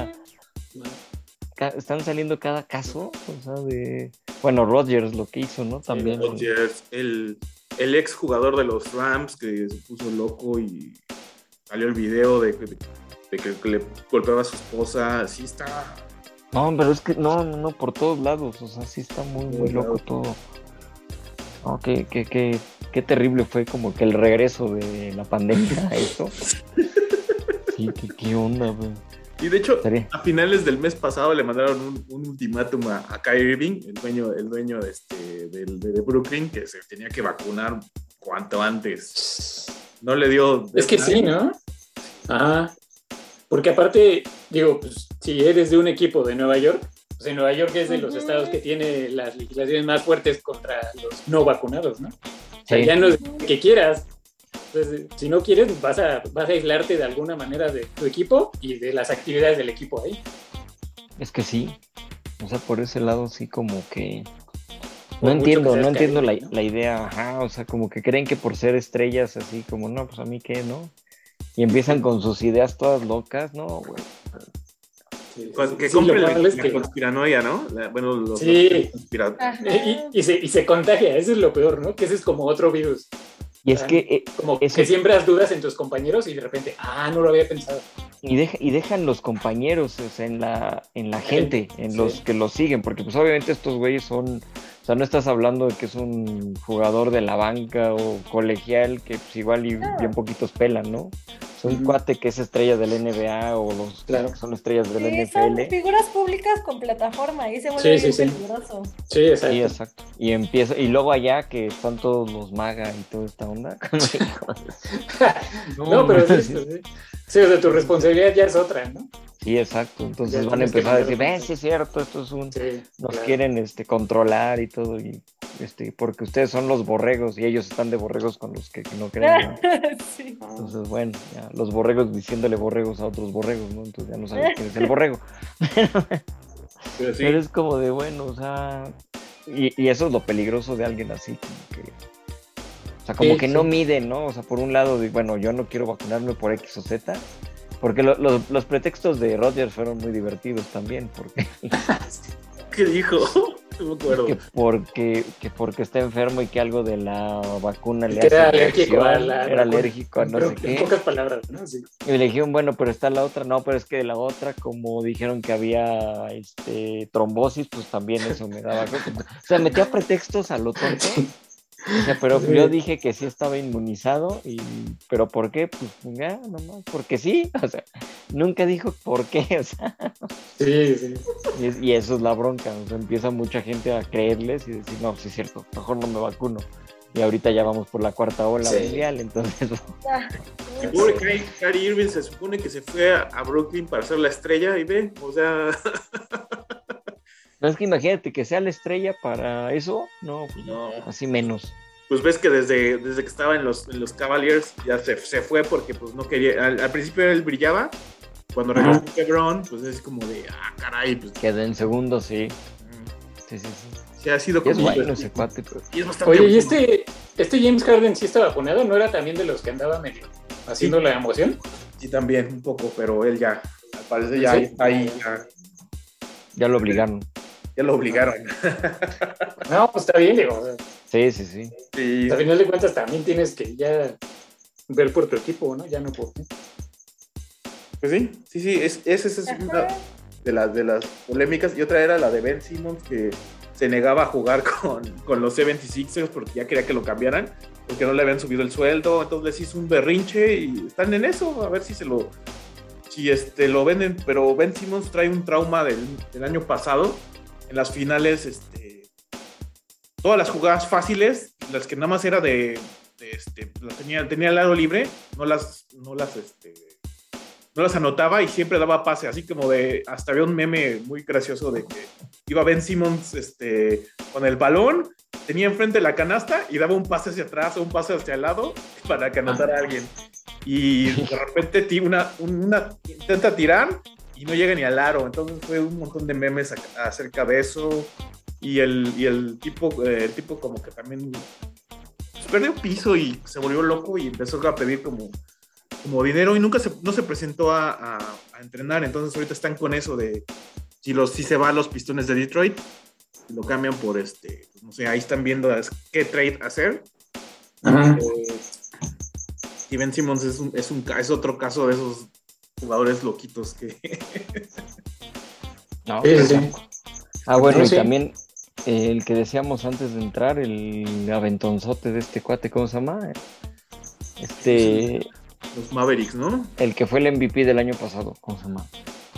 están saliendo cada caso, o sea, bueno, Rodgers lo que hizo, ¿no? También.
Rodgers, el ex jugador de los Rams que se puso loco y salió el video de que le golpeaba a su esposa, sí está...
No, pero es que no, por todos lados, o sea, sí está muy loco todo. No, qué terrible fue como que el regreso de la pandemia a esto. Sí, qué onda, güey.
Y de hecho, a finales del mes pasado le mandaron un ultimátum a Kyrie Irving, el dueño de Brooklyn, que se tenía que vacunar cuanto antes. No le dio...
Es que sí, ¿no? Ajá. Porque aparte, digo, pues si eres de un equipo de Nueva York, pues en Nueva York es de los estados que tiene las legislaciones más fuertes contra los no vacunados, ¿no? O sea, ya no es que quieras. Entonces, si no quieres, vas a aislarte de alguna manera de tu equipo y de las actividades del equipo ahí.
Es que sí, o sea, por ese lado sí como que... No entiendo la idea, ajá, o sea, como que creen que por ser estrellas así como, no, pues a mí qué, ¿no? y empiezan con sus ideas todas locas, ¿no, güey?
Que
Sí,
compren
lo
la,
malo es
la
que-
conspiranoia, ¿no? Bueno, los
Sí.
Ajá.
Y se contagia, eso es lo peor, ¿no? Que ese es como otro virus.
Y es que
Como
eso-
que siembras dudas en tus compañeros y de repente, no lo había pensado.
y dejan los compañeros, o sea, en la gente, en
Sí.
los que los siguen, porque pues obviamente estos güeyes son, o sea, no estás hablando de que es un jugador de la banca o colegial que pues igual y
No.
bien poquitos pelan, ¿no? Es un
Ujú.
cuate que es estrella del NBA o los
Claro.
que son estrellas del
Sí, son
NFL.
figuras públicas con plataforma y se vuelve
Sí,
bien
sí, sí.
peligroso.
Sí, exacto.
Sí, exacto. Y empieza, y luego allá que están todos los maga y toda esta onda.
No, pero es esto, sí. Sí, o sea, tu responsabilidad ya es otra, ¿no?
Sí, exacto. Entonces
Ya
van a
tienes que
empezar a decir,
poner-
sí es cierto, esto es un,
Sí.
nos
claro.
quieren controlar y todo, y porque ustedes son los borregos y ellos están de borregos con los que no creen, ¿no?
Sí.
Entonces, bueno, ya, los borregos diciéndole borregos a otros borregos, ¿no? Entonces ya no sabes quién es el borrego.
Pero sí.
Pero es como de, bueno, o sea, y eso es lo peligroso de alguien así, como que, o sea, como
Sí,
que
sí.
no miden, ¿no? O sea, por un lado, bueno, yo no quiero vacunarme por X o Z, porque los pretextos de Rodgers fueron muy divertidos también, porque,
¿Qué dijo? No me acuerdo.
que porque está enfermo y que algo de la vacuna le
Que era
hace
alérgico a
reacción,
la
era
vacuna.
alérgico a no
Pero
sé
en
qué.
pocas palabras, ¿no? Sí.
Y le dijeron, bueno, pero está la otra, no, pero es que de la otra, como dijeron que había trombosis, pues también eso me daba. O sea, metía pretextos a lo tonto. O sea, pero
Sí.
yo dije que sí estaba inmunizado, pero ¿por qué? Pues ya, nomás, porque sí, o sea, nunca dijo por qué, o sea,
Sí, sí.
y eso es la bronca, o sea, empieza mucha gente a creerles y decir, no, sí es cierto, mejor no me vacuno. Y ahorita ya vamos por la cuarta ola
Sí.
mundial, entonces,
Ah,
Y pobre Kyrie Irving se supone que se fue a Brooklyn para ser la estrella y ve, o sea,
no es que imagínate que sea la estrella para eso, no, pues,
no.
así menos.
Pues ves que desde que estaba en los Cavaliers ya se fue porque pues no quería, al principio él brillaba, cuando regresó LeBron, pues es como de, caray, pues
Queda en segundo, sí. Sí.
sí ha sido
Y es
como...
bueno ese cuate, pero...
Y es bastante
Oye, ¿y
bueno.
este James Harden sí está vacunado? ¿No era también de los que andaba medio haciendo la emoción?
Sí, también un poco, pero él ya, al parecer
¿Sí?
ya está ahí,
Ya lo obligaron.
ya lo obligaron.
No, pues está bien, digo. O sea,
Sí.
Sí,
al final de cuentas también tienes que ya ver por tu equipo, ¿no? Ya no por ti.
pues sí, esa es una
ajá.
de las polémicas. Y otra era la de Ben Simmons, que se negaba a jugar con los 76ers porque ya quería que lo cambiaran, porque no le habían subido el sueldo, entonces les hizo un berrinche y están en eso, a ver si lo venden. Pero Ben Simmons trae un trauma del año pasado, en las finales, todas las jugadas fáciles, las que nada más era tenía el lado libre, no las anotaba y siempre daba pase, así como hasta había un meme muy gracioso de que iba Ben Simmons con el balón, tenía enfrente la canasta y daba un pase hacia atrás o un pase hacia el lado para que anotara a alguien. Y de repente intenta tirar y no llega ni al aro. Entonces fue un montón de memes acerca de eso. Y el tipo como que también pues, perdió piso y se volvió loco y empezó a pedir como dinero y no se presentó a entrenar. Entonces ahorita están con eso de si se va a los Pistones de Detroit, lo cambian por no sé, ahí están viendo qué trade hacer.
Ajá.
Steven Simmons es otro caso de esos jugadores loquitos que
No,
Sí.
bueno,
No,
y
sí.
también el que decíamos antes de entrar, el aventonzote de este cuate, ¿cómo se llama?
los Mavericks, ¿no?
El que fue el MVP del año pasado, ¿cómo se llama?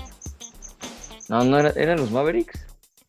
No eran los Mavericks.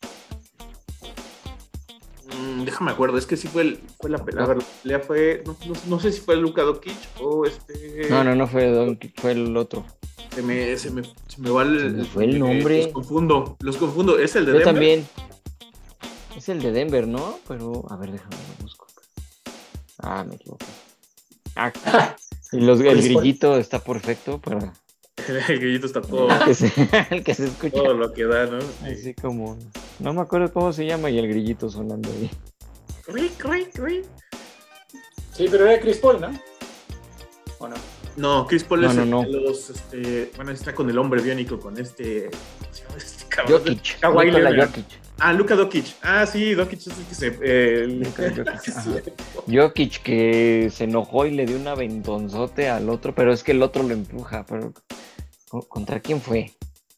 Déjame acuerdo, es que sí fue la pelea. La pelea fue, no sé si fue Luka Doncic o
No fue Doncic, fue el otro.
Se me va
Se me fue el nombre.
Los confundo, es el de
Yo
Denver.
también. Es el de Denver, ¿no? Pero, a ver, déjame lo busco. Me equivoqué. Y el grillito está perfecto para
El grillito está todo,
el que se escucha.
todo lo que da, ¿no?
Así como, no me acuerdo cómo se llama y el grillito sonando ahí.
Sí, pero era Chris Paul, ¿no? ¿O no?
No, Chris Paul
No,
es
no,
el
no.
de los, bueno, está con el hombre biónico, con ¿cómo se llama este cabrón?
Jokic.
Kawhi
Nikola
Leonard.
Jokic.
Luka Doncic. Sí, Doncic es el que se...
Nikola Jokic,
Sí,
ajá. Jokic que se enojó y le dio un aventonzote al otro, pero es que el otro lo empuja. Pero ¿contra quién fue?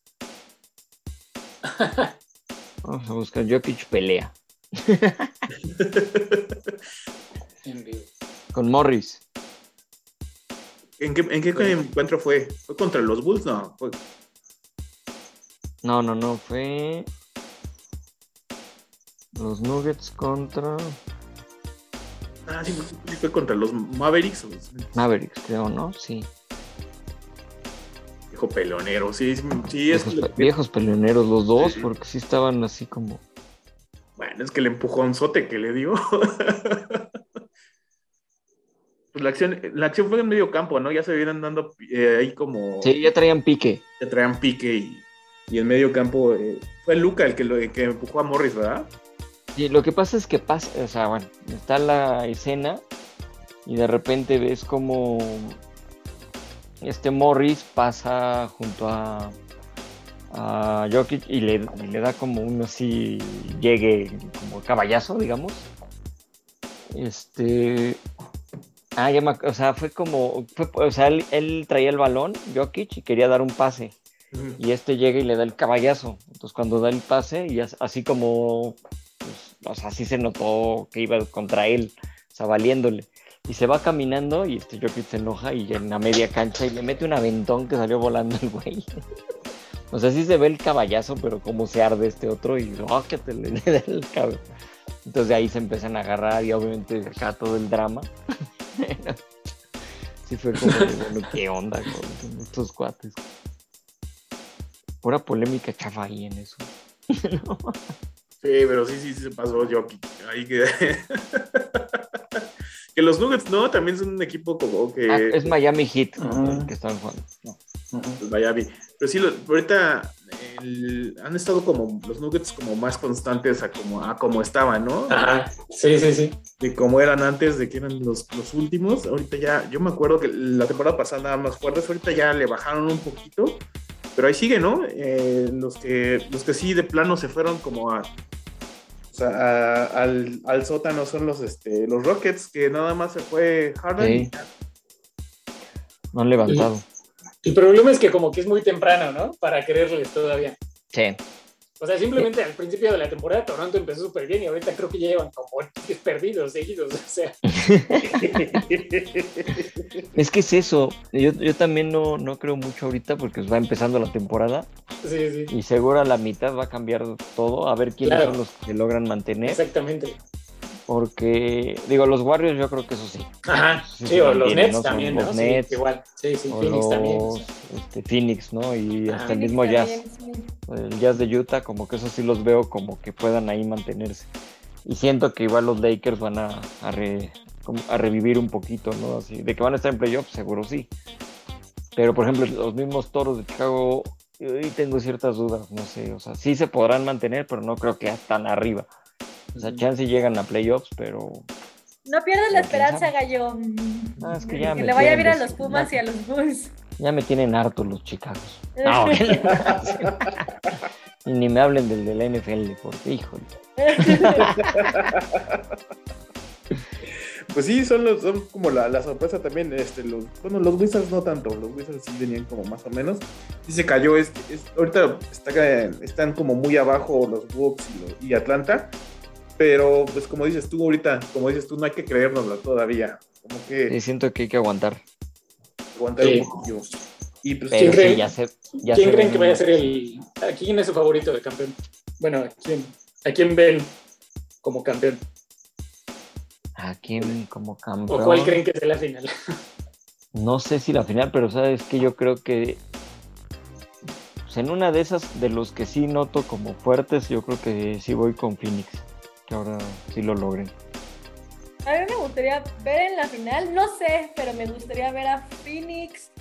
Vamos a buscar Jokic pelea.
En vivo.
Con Morris.
¿En qué encuentro fue? ¿Fue contra los Bulls? No, fue...
No, fue los Nuggets contra
Sí, fue contra los Mavericks.
Mavericks, creo, ¿no? Sí.
Viejo pelonero, sí, es...
Viejos peleoneros los dos,
Sí.
porque sí estaban así como...
Bueno, es que el empujonzote que le dio. Pues la acción fue en medio campo, ¿no? Ya se vienen dando ahí como...
Sí, ya traían pique.
Que traían pique y en medio campo fue Luka el que empujó a Morris, ¿verdad?
Y lo que pasa es que o sea, bueno, está la escena y de repente ves como Morris pasa junto a Jokic y le da como un así llegue como caballazo, digamos. O sea, o sea, él traía el balón, Jokic, y quería dar un pase. Y llega y le da el caballazo. Entonces cuando da el pase, y así como, pues, o sea, así se notó que iba contra él, o sea, valiéndole. Y se va caminando y Jokic se enoja y en la media cancha y le mete un aventón que salió volando el güey. O sea, sí se ve el caballazo, pero cómo se arde otro y que te le da el caballazo. Entonces de ahí se empiezan a agarrar y obviamente acá todo el drama. Sí fue como, bueno, ¿qué onda con estos cuates? Pura polémica chafa ahí en eso. ¿No?
Sí, pero sí se pasó Jokic. Ahí que... que los Nuggets, ¿no? También son un equipo como que...
es Miami Heat,
Uh-huh.
que están jugando. No.
Pues Miami. Pero sí, ahorita han estado como los Nuggets como más constantes a como estaban, ¿no?
Ajá, sí.
De cómo eran antes, de que eran los últimos. Ahorita ya, yo me acuerdo que la temporada pasada nada más fuertes, ahorita ya le bajaron un poquito, pero ahí sigue, ¿no? Los que sí de plano se fueron como al sótano son los Rockets, que nada más se fue Harden.
Sí. No han levantado.
El problema es que como que es muy temprano, ¿no? Para creerles todavía.
Sí.
O sea, simplemente al principio de la temporada Toronto empezó súper bien y ahorita creo que ya llevan como 10 perdidos seguidos, o sea.
Es que es eso. Yo también no creo mucho ahorita porque va empezando la temporada.
Sí.
Y seguro a la mitad va a cambiar todo. A ver quiénes son los que logran mantener.
Exactamente.
Porque, digo, los Warriors yo creo que eso sí.
Ajá,
Sí,
o los Nets
¿no?
también,
Los
¿no?
Nets,
Sí, igual. Sí,
o
Phoenix también.
los Phoenix, ¿no? Y hasta el
Phoenix
mismo Jazz.
también, sí.
El Jazz de Utah, como que eso sí los veo como que puedan ahí mantenerse. Y siento que igual los Lakers van a revivir un poquito, ¿no? Así, de que van a estar en playoffs, seguro sí. Pero, por ejemplo, los mismos Toros de Chicago, yo tengo ciertas dudas, no sé. O sea, sí se podrán mantener, pero no creo que tan arriba. O sea, chance llegan a playoffs, pero...
No pierdas la esperanza, Gallo.
Es que ya
que
me
le vaya
tienen
bien a los Pumas y a los Bulls.
Ya me tienen hartos los Chicagos. No, y ni me hablen del de la NFL, porque, híjole.
Pues sí, son como la sorpresa también. Los Wizards no tanto. Los Wizards sí venían como más o menos. Sí se cayó. Ahorita están como muy abajo los Bucks y Atlanta. Pero, pues como dices tú ahorita, no hay que creérnosla todavía. Como que
Sí, siento que hay que aguantar.
aguantar un poquillo. Y pues,
Pero
¿quién
sí,
¿quién creen que vaya a ser ¿a quién es su favorito de campeón? Bueno, ¿a quién ven como campeón?
¿A quién como campeón?
¿O cuál creen que sea la final?
No sé si la final, pero sabes que yo creo que pues, en una de esas, de los que sí noto como fuertes, yo creo que sí voy con Phoenix, que ahora sí lo logren.
A mí me gustaría ver en la final, no sé, pero me gustaría ver a Phoenix,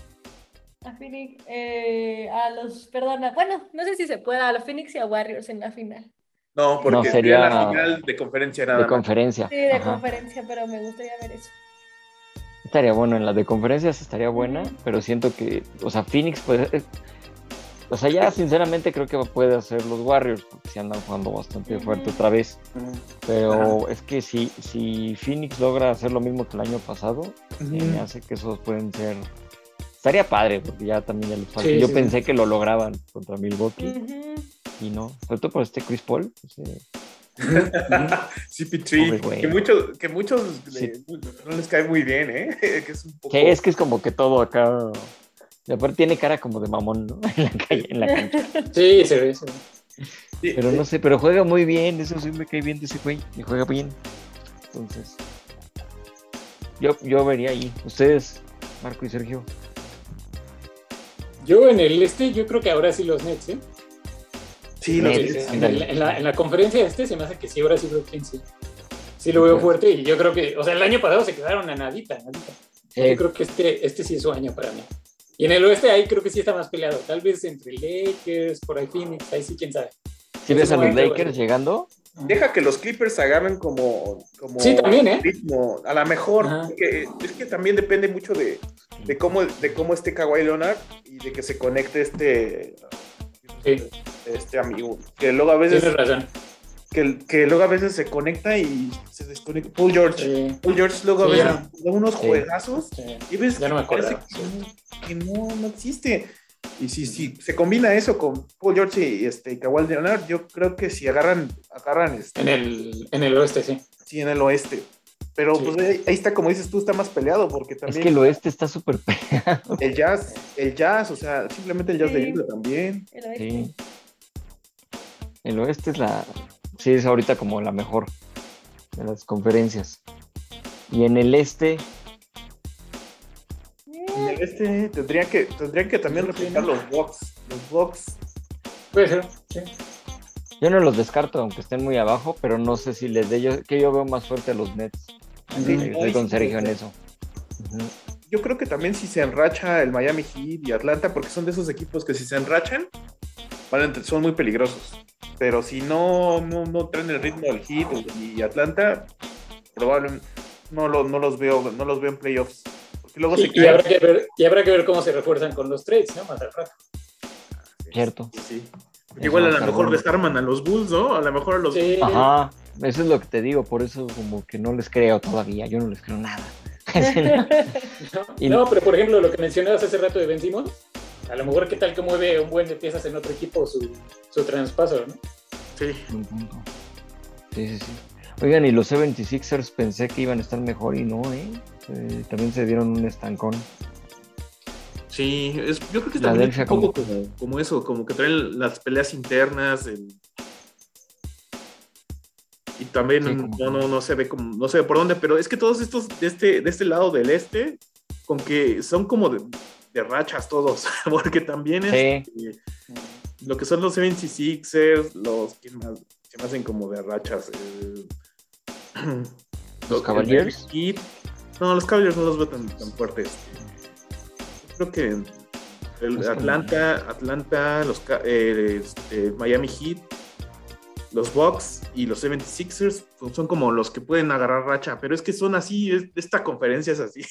bueno, no sé si se pueda, a los Phoenix y a Warriors en la final.
no, porque
No, sería
la final de conferencia nada
de
más.
conferencia.
Sí, de
Ajá.
conferencia, pero me gustaría ver eso.
Estaría bueno, en la de conferencias estaría buena, pero siento que, o sea, Phoenix, pues, o sea, ya sinceramente creo que puede hacer los Warriors, porque sí andan jugando bastante fuerte otra vez. Pero es que si Phoenix logra hacer lo mismo que el año pasado, me hace que esos pueden ser. Estaría padre, porque ya también ya les falta.
Sí,
Yo
sí,
pensé que lo lograban contra Milwaukee
Ujú.
y no, sobre todo por este Chris Paul.
CP3,
Pobre güey.
que muchos
Sí.
no les cae muy bien, ¿eh? Que es un poco...
Sí, es que es como que todo acá. Y aparte tiene cara como de mamón, ¿no? En la cancha.
Sí, se ve.
Sí,
Pero no sé, pero juega muy bien, eso sí me cae bien de ese güey, y juega bien. Entonces, yo vería ahí. Ustedes, Marco y Sergio.
Yo en el yo creo que ahora sí los Nets, ¿eh?
sí,
Creo
los
que
Nets.
en la conferencia se me hace que sí, ahora sí Brooklyn sí. Sí lo veo fuerte y yo creo que, o sea, el año pasado se quedaron a nadita. Yo creo que este sí es su año para mí. Y en el oeste ahí creo que sí está más peleado. Tal vez entre Lakers, por ahí Phoenix, ahí sí quién sabe.
¿Sí ves a los
momento,
Lakers llegando?
Deja que los Clippers agarren como
Sí, también, ¿eh?
ritmo, a lo mejor,
Ajá.
porque es que también depende mucho de cómo esté Kawhi Leonard y de que se conecte
Sí.
este amigo, que luego a veces
Tienes razón.
que luego a veces se conecta y se desconecta. Paul George luego a
Sí,
veces
ya.
da unos
Sí.
juegazos y ves
Ya no me
parece
acuerdo.
que no existe. Y si se combina eso con Paul George y Kawhi Leonard, yo creo que si agarran
En el oeste, sí.
sí, en el oeste. Pero
Sí.
pues ahí está, como dices tú, está más peleado porque
Es
también
que el oeste está súper peleado.
el jazz, o sea, simplemente el jazz de Utah también.
El oeste.
Sí. El oeste sí es ahorita como la mejor de las conferencias. Y en el este,
En el este tendrían que también replicar los Bucks. Los Bucks.
Puede ser, sí.
yo no los descarto, aunque estén muy abajo, pero no sé si les dé yo veo más fuerte a los Nets.
Sí,
Estoy con Sergio en eso. Ujú.
Yo creo que también si se enracha el Miami Heat y Atlanta, porque son de esos equipos que si se enrachan, son muy peligrosos. Pero si no traen el ritmo del Heat y Atlanta, probablemente no los veo en playoffs. Porque luego se
Y
caen.
habrá que ver cómo se refuerzan con los trades, ¿no? Más al rato.
Cierto.
Sí. Porque igual a lo mejor desarman a los Bulls, ¿no? A lo mejor a los
Sí.
Ajá, eso es lo que te digo, por eso como que no les creo todavía, yo no les creo nada.
No, pero por ejemplo, lo que mencionabas hace rato de Ben Simmons, a lo mejor qué tal que mueve un buen de piezas en otro equipo su traspaso, ¿no?
Sí.
Un punto. Sí. Oigan, y los 76ers pensé que iban a estar mejor y no, ¿eh? También se dieron un estancón.
Sí, yo creo que también es un
como-
poco como eso, como que traen las peleas internas. Y también
Sí, como-
no se ve como, no sé por dónde, pero es que todos estos de este lado del este, con que son como de rachas todos, porque también lo que son los 76ers, ¿quién más? Se me hacen como de rachas.
¿Los Cavaliers?
No, los Cavaliers no los veo tan fuertes. Yo creo que
Los
Atlanta, Miami Heat, los Bucks y los 76ers son como los que pueden agarrar racha, pero es que son así, esta conferencia es así,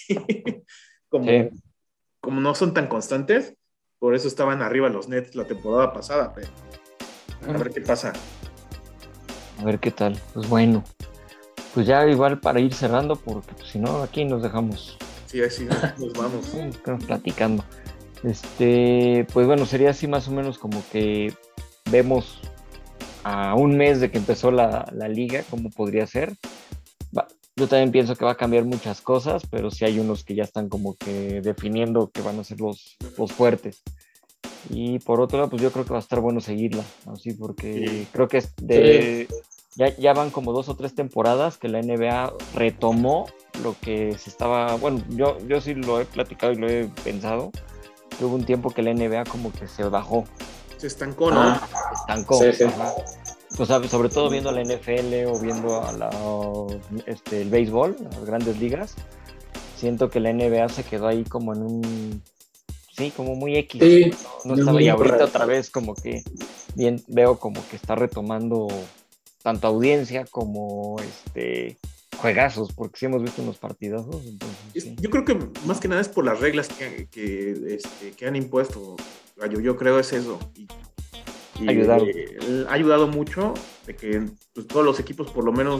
como no son tan constantes, por eso estaban arriba los Nets la temporada pasada, pero a ver qué pasa.
A ver qué tal, pues bueno, pues ya igual para ir cerrando, porque pues, si no, aquí nos dejamos.
Sí, así nos vamos.
Estamos platicando. Pues bueno, sería así más o menos como que vemos a un mes de que empezó la liga, cómo podría ser. Yo también pienso que va a cambiar muchas cosas, pero sí hay unos que ya están como que definiendo que van a ser los fuertes. Y por otro lado, pues yo creo que va a estar bueno seguirla, así porque creo que ya van como 2 o 3 temporadas que la NBA retomó lo que se estaba, bueno, yo sí lo he platicado y lo he pensado, que hubo un tiempo que la NBA como que se bajó.
Se estancó, ¿no?
Se estancó.
Sí.
Pues sobre todo viendo la NFL o viendo el béisbol, las grandes ligas, siento que la NBA se quedó ahí como en un, sí, como muy X.
Sí,
no estaba, y
muy
ahorita
correcto.
otra vez como que veo como que está retomando tanto audiencia como juegazos, porque sí hemos visto unos partidazos. Entonces, sí.
Yo creo que más que nada es por las reglas que han impuesto, Gallo. Yo creo es eso. Y ha ayudado mucho de que pues, todos los equipos por lo menos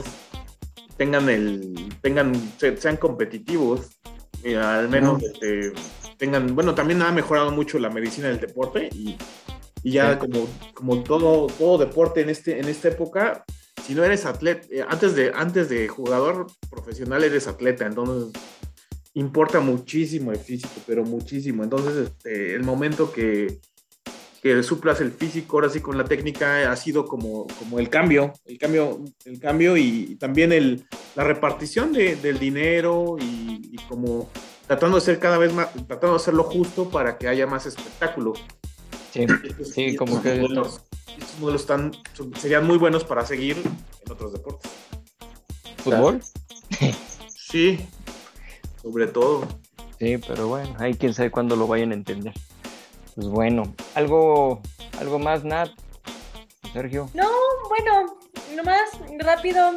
sean competitivos, al menos tengan, bueno, también ha mejorado mucho la medicina del deporte y ya como todo deporte en esta época, si no eres atleta, antes de jugador profesional eres atleta, entonces importa muchísimo el físico, pero muchísimo. Entonces el momento que suplas el físico, ahora sí con la técnica, ha sido como el cambio y también la repartición del dinero y como tratando de ser cada vez más, tratando de hacerlo justo para que haya más espectáculo.
Sí, como que
estos modelos serían muy buenos para seguir en otros deportes.
¿Fútbol?
Sí, sobre todo.
Sí, pero bueno, ahí quién sabe cuándo lo vayan a entender. Pues bueno, ¿algo más, Nat? Sergio.
No, bueno, nomás rápido,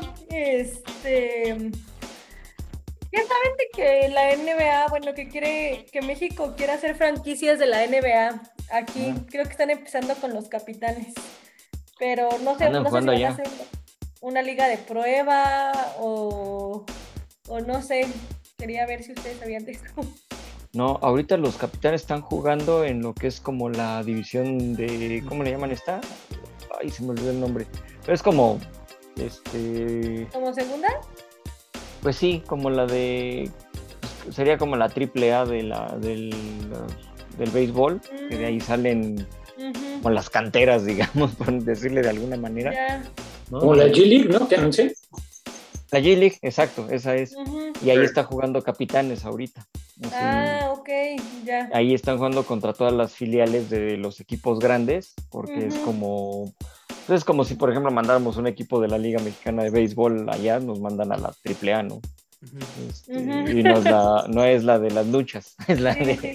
ya saben de que la NBA, bueno, que México quiere hacer franquicias de la NBA. Aquí creo que están empezando con los Capitanes, pero no sé si van a hacer una liga de prueba o no sé, quería ver si ustedes sabían de esto.
No, ahorita los Capitanes están jugando en lo que es como la división de, ¿cómo le llaman esta? Ay, se me olvidó el nombre. Pero es como,
¿Como segunda?
Pues sí, como la sería como la AAA del béisbol, que de ahí salen como las canteras, digamos, por decirle de alguna manera.
Yeah.
¿No? Como la G-League, ¿no? ¿Te anuncié?
La G-League, exacto, esa es. Y ahí está jugando Capitanes ahorita.
Así, ok, ya.
Ahí están jugando contra todas las filiales de los equipos grandes, porque es como si, por ejemplo, mandáramos un equipo de la Liga Mexicana de Béisbol allá, nos mandan a la AAA, ¿no? Y no es la de las luchas, es la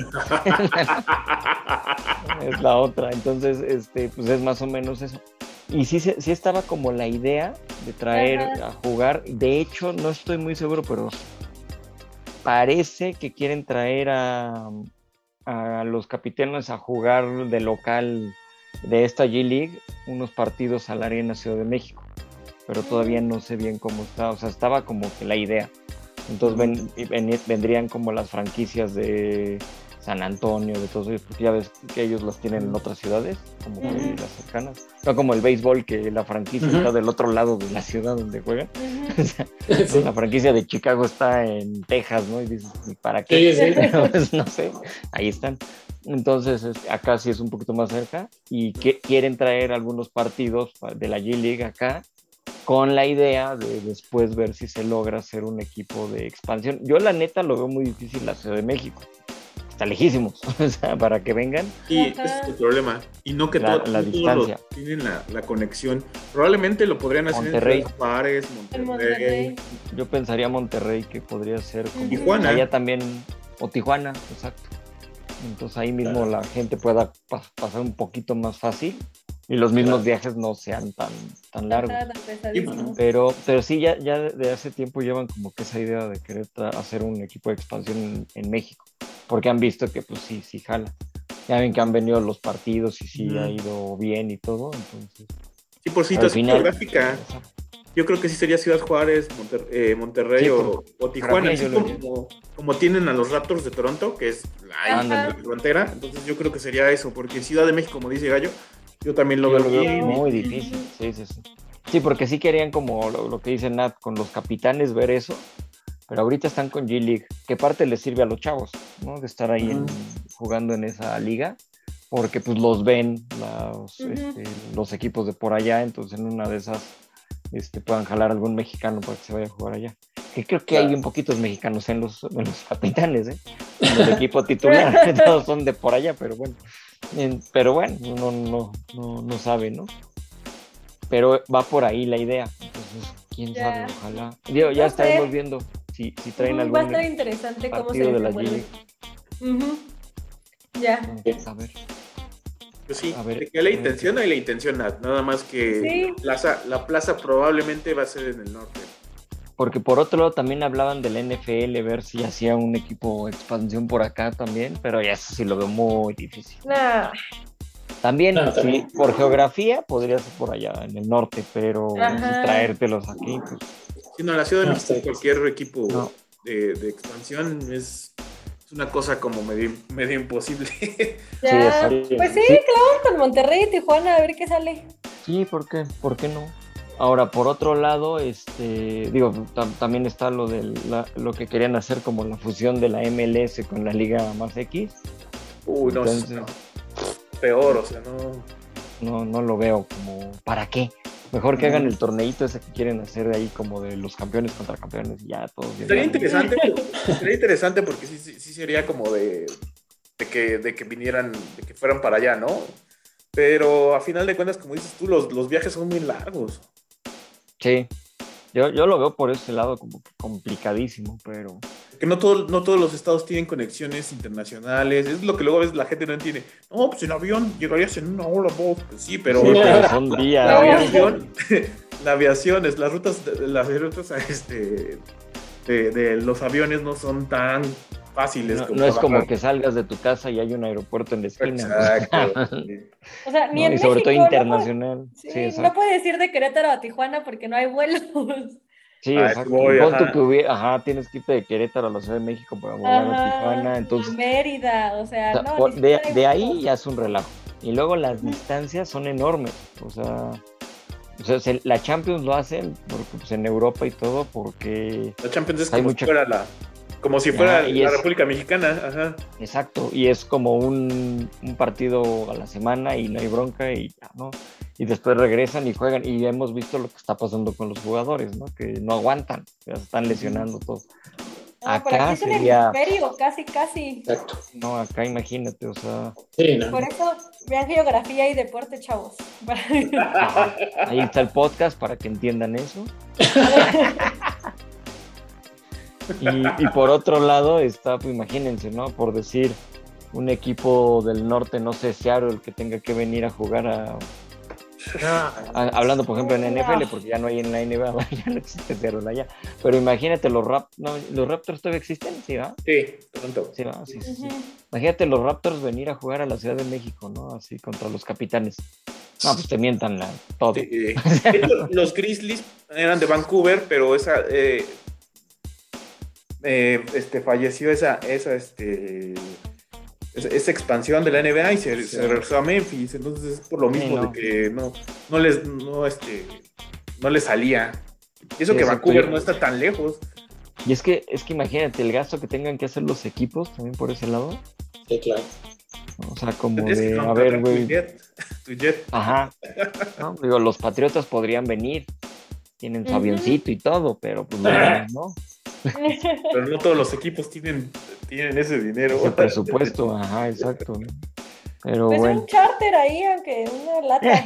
es la otra. Entonces, pues es más o menos eso. Y sí estaba como la idea de traer a jugar. De hecho, no estoy muy seguro, pero parece que quieren traer a los Capitanes a jugar de local de esta G-League unos partidos a la Arena Ciudad de México. Pero todavía no sé bien cómo está. O sea, estaba como que la idea. Entonces vendrían como las franquicias de San Antonio, de todos ellos, porque ya ves que ellos las tienen en otras ciudades, como que las cercanas. No como el béisbol, que la franquicia está del otro lado de la ciudad donde juegan. O sea, la franquicia de Chicago está en Texas, ¿no? Y dices, ¿para qué? Sí. Pues, no sé, ahí están. Entonces, acá sí es un poquito más cerca y quieren traer algunos partidos de la G-League acá, con la idea de después ver si se logra hacer un equipo de expansión. Yo la neta lo veo muy difícil la Ciudad de México. Está lejísimos, o sea, para que vengan.
Y ese es el problema. Y no que todos tienen la conexión. Probablemente lo podrían hacer
Monterrey.
En Juárez, Monterrey.
Yo pensaría Monterrey, que podría ser como
Tijuana.
Allá también, o Tijuana, exacto. Entonces ahí mismo la gente pueda pasar un poquito más fácil y los mismos viajes no sean tan largos. Pero sí, ya de hace tiempo llevan como que esa idea de querer hacer un equipo de expansión en México, porque han visto que pues sí jala. Ya ven que han venido los partidos y sí ha ido bien y todo, entonces...
Sí, por situación geográfica. Yo creo que sí sería Ciudad Juárez, Monterrey o Tijuana, así como tienen a los Raptors de Toronto, que es la frontera. Entonces yo creo que sería eso, porque Ciudad de México, como dice Gallo, yo también lo veo
muy difícil. Sí, porque sí querían, como lo que dice Nat, con los Capitanes ver eso, pero ahorita están con G-League. ¿Qué parte les sirve a los chavos, ¿no? De estar ahí jugando en esa liga, porque pues los ven los equipos de por allá, entonces en una de esas puedan jalar algún mexicano para que se vaya a jugar allá. Que creo que hay un poquitos mexicanos en los Capitanes, en el equipo titular. Todos son de por allá, pero bueno. Uno no sabe, ¿no? Pero va por ahí la idea. Entonces, quién sabe, ojalá. Digo, ya estaremos viendo si traen algún
va a estar interesante cómo se
desenvuelve.
Ya.
A ver.
Pues sí, de que hay la intención, nada más que la plaza probablemente va a ser en el norte.
Porque por otro lado también hablaban del NFL, ver si hacía un equipo expansión por acá también, pero ya eso sí lo veo muy difícil.
No.
También,
No,
sí,
también.
por geografía podría ser por allá en el norte, pero
Ajá.
traértelos aquí, pues
Sí, no, en la Ciudad de
No,
México
está
cualquier equipo
no.
de expansión es una cosa como medio imposible.
Ya.
Sí, exacto.
Pues sí,
Sí.
claro, con Monterrey y Tijuana, a ver qué sale.
Sí, ¿por qué? ¿Por qué no? Ahora, por otro lado, digo, también está lo que querían hacer como la fusión de la MLS con la Liga Más X.
Uy, no,
Entonces,
no, peor, o sea,
no lo veo como, ¿para qué? Mejor que
No.
hagan el torneito ese que quieren hacer ahí como de los campeones contra campeones y ya todos.
Estaría
llegan.
interesante porque sí sería como de que vinieran, de que fueran para allá, ¿no? Pero a final de cuentas, como dices tú, los viajes son muy largos.
Sí, yo lo veo por ese lado como que complicadísimo, pero
Porque no todos los estados tienen conexiones internacionales. Es lo que luego a veces la gente no entiende. No, pues en avión llegarías en una hora, vos. Pues sí, pero
sí, pero son
la
días.
aviación, la aviación es las rutas de los aviones no son tan fáciles
No,
como
no es como
trabajar.
que salgas de tu casa y hay un aeropuerto en la esquina.
Exacto.
O sea, ni
¿no?
en
Y sobre todo
México,
internacional.
Sí,
Sí,
no
exacto.
puedes ir de Querétaro a Tijuana porque no hay vuelos.
Sí,
A eso
exacto.
voy,
Y pon tú
ajá.
que hubiera, tienes que irte de Querétaro a la Ciudad de México para volar a
Ajá,
Tijuana.
a
Entonces,
Mérida, o
o
sea,
sea,
no, ni siquiera hay
de ahí
vuelos.
ya es un relajo. Y luego las
Ujú.
distancias son enormes. La Champions lo hacen porque pues, en Europa y todo, porque
La Champions es
hay
como
mucha.
si fuera
Y
la
es
República Mexicana, ajá.
exacto, y es como un partido a la semana y no hay bronca y ya, ¿no? Y después regresan y juegan. Y hemos visto lo que está pasando con los jugadores, ¿no? Que no aguantan, ya se están lesionando todo.
No, por aquí
Acá
es un
sería,
hemisferio, casi, casi.
Exacto.
no, acá imagínate, o sea,
Sí, no.
Por eso vean geografía y deporte, chavos.
ajá, ahí está el podcast para que entiendan eso. Y por otro lado está, pues imagínense, ¿no? Por decir, un equipo del norte, no sé, Seattle, el que tenga que venir a jugar hablando por ejemplo en NFL, porque ya no hay en la NBA, ya no existe Seattle allá. Pero imagínate los los Raptors todavía existen, ¿sí va?
Sí, pronto.
Sí, va, sí.
Ujú.
Imagínate los Raptors venir a jugar a la Ciudad de México, ¿no? Así contra los Capitanes. No, pues te mientan todo.
Sí. De hecho, los Grizzlies eran de Vancouver, pero falleció esa expansión de la NBA y se regresó a Memphis. Entonces es por lo mismo
no.
de que no les salía. Y eso
Sí,
que
exacto.
Vancouver no está tan lejos.
Y es que imagínate el gasto que tengan que hacer los equipos también por ese lado.
Sí, claro.
¿No? O sea, como
Es que
de, a
contratar
ver, güey.
tu jet.
Ajá. ¿No? Digo, los Patriotas podrían venir. Tienen su
Ujú.
avioncito y todo, pero pues no.
Pero no todos los equipos tienen ese dinero.
Ese presupuesto, ajá, exacto, ¿no? Pero
Pues
bueno,
un charter ahí, aunque una lata.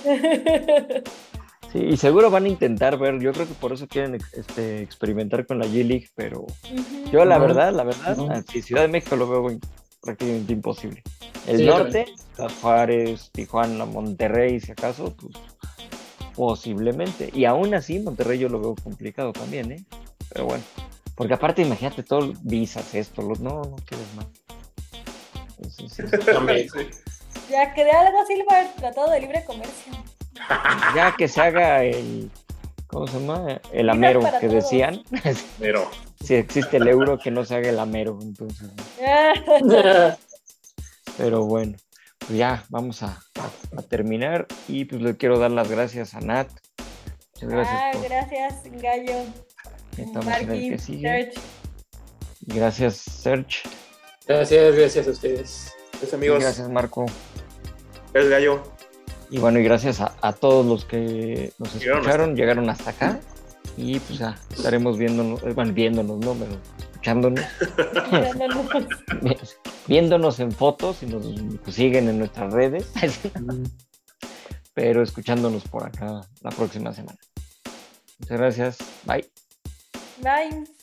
sí, y seguro van a intentar ver, yo creo que por eso quieren experimentar con la G-League, pero
Ujú.
yo la
Ujú.
verdad,
Ujú.
sí, Ciudad de México lo veo prácticamente imposible. El
Sí,
norte, Juárez, Tijuana, Monterrey, si acaso, pues posiblemente. Y aún así, Monterrey yo lo veo complicado también, ¿eh? Pero bueno, porque aparte imagínate todo, visas, no quieres más. Entonces,
Hombre,
Ya que de algo sirva el Tratado de Libre Comercio.
ya que se haga ¿cómo se llama? El
Visas
amero
para
que
todos.
decían.
Pero
Si existe el euro, que no se haga el amero, entonces. Pero bueno, pues ya vamos a terminar y pues le quiero dar las gracias a Nat. Muchas gracias.
Gracias, Gallo.
Estamos en el
Marky,
que sigue.
Serge.
Gracias, Serge.
gracias a ustedes.
pues, amigos,
Gracias, Marco.
es gallo.
Y bueno, y gracias a todos los que nos
Llegaron
escucharon, llegaron hasta acá. Y pues ya estaremos viéndonos, no, pero escuchándonos, viéndonos en fotos y nos pues, siguen en nuestras redes, pero escuchándonos por acá la próxima semana. Muchas gracias. Bye.
Bye.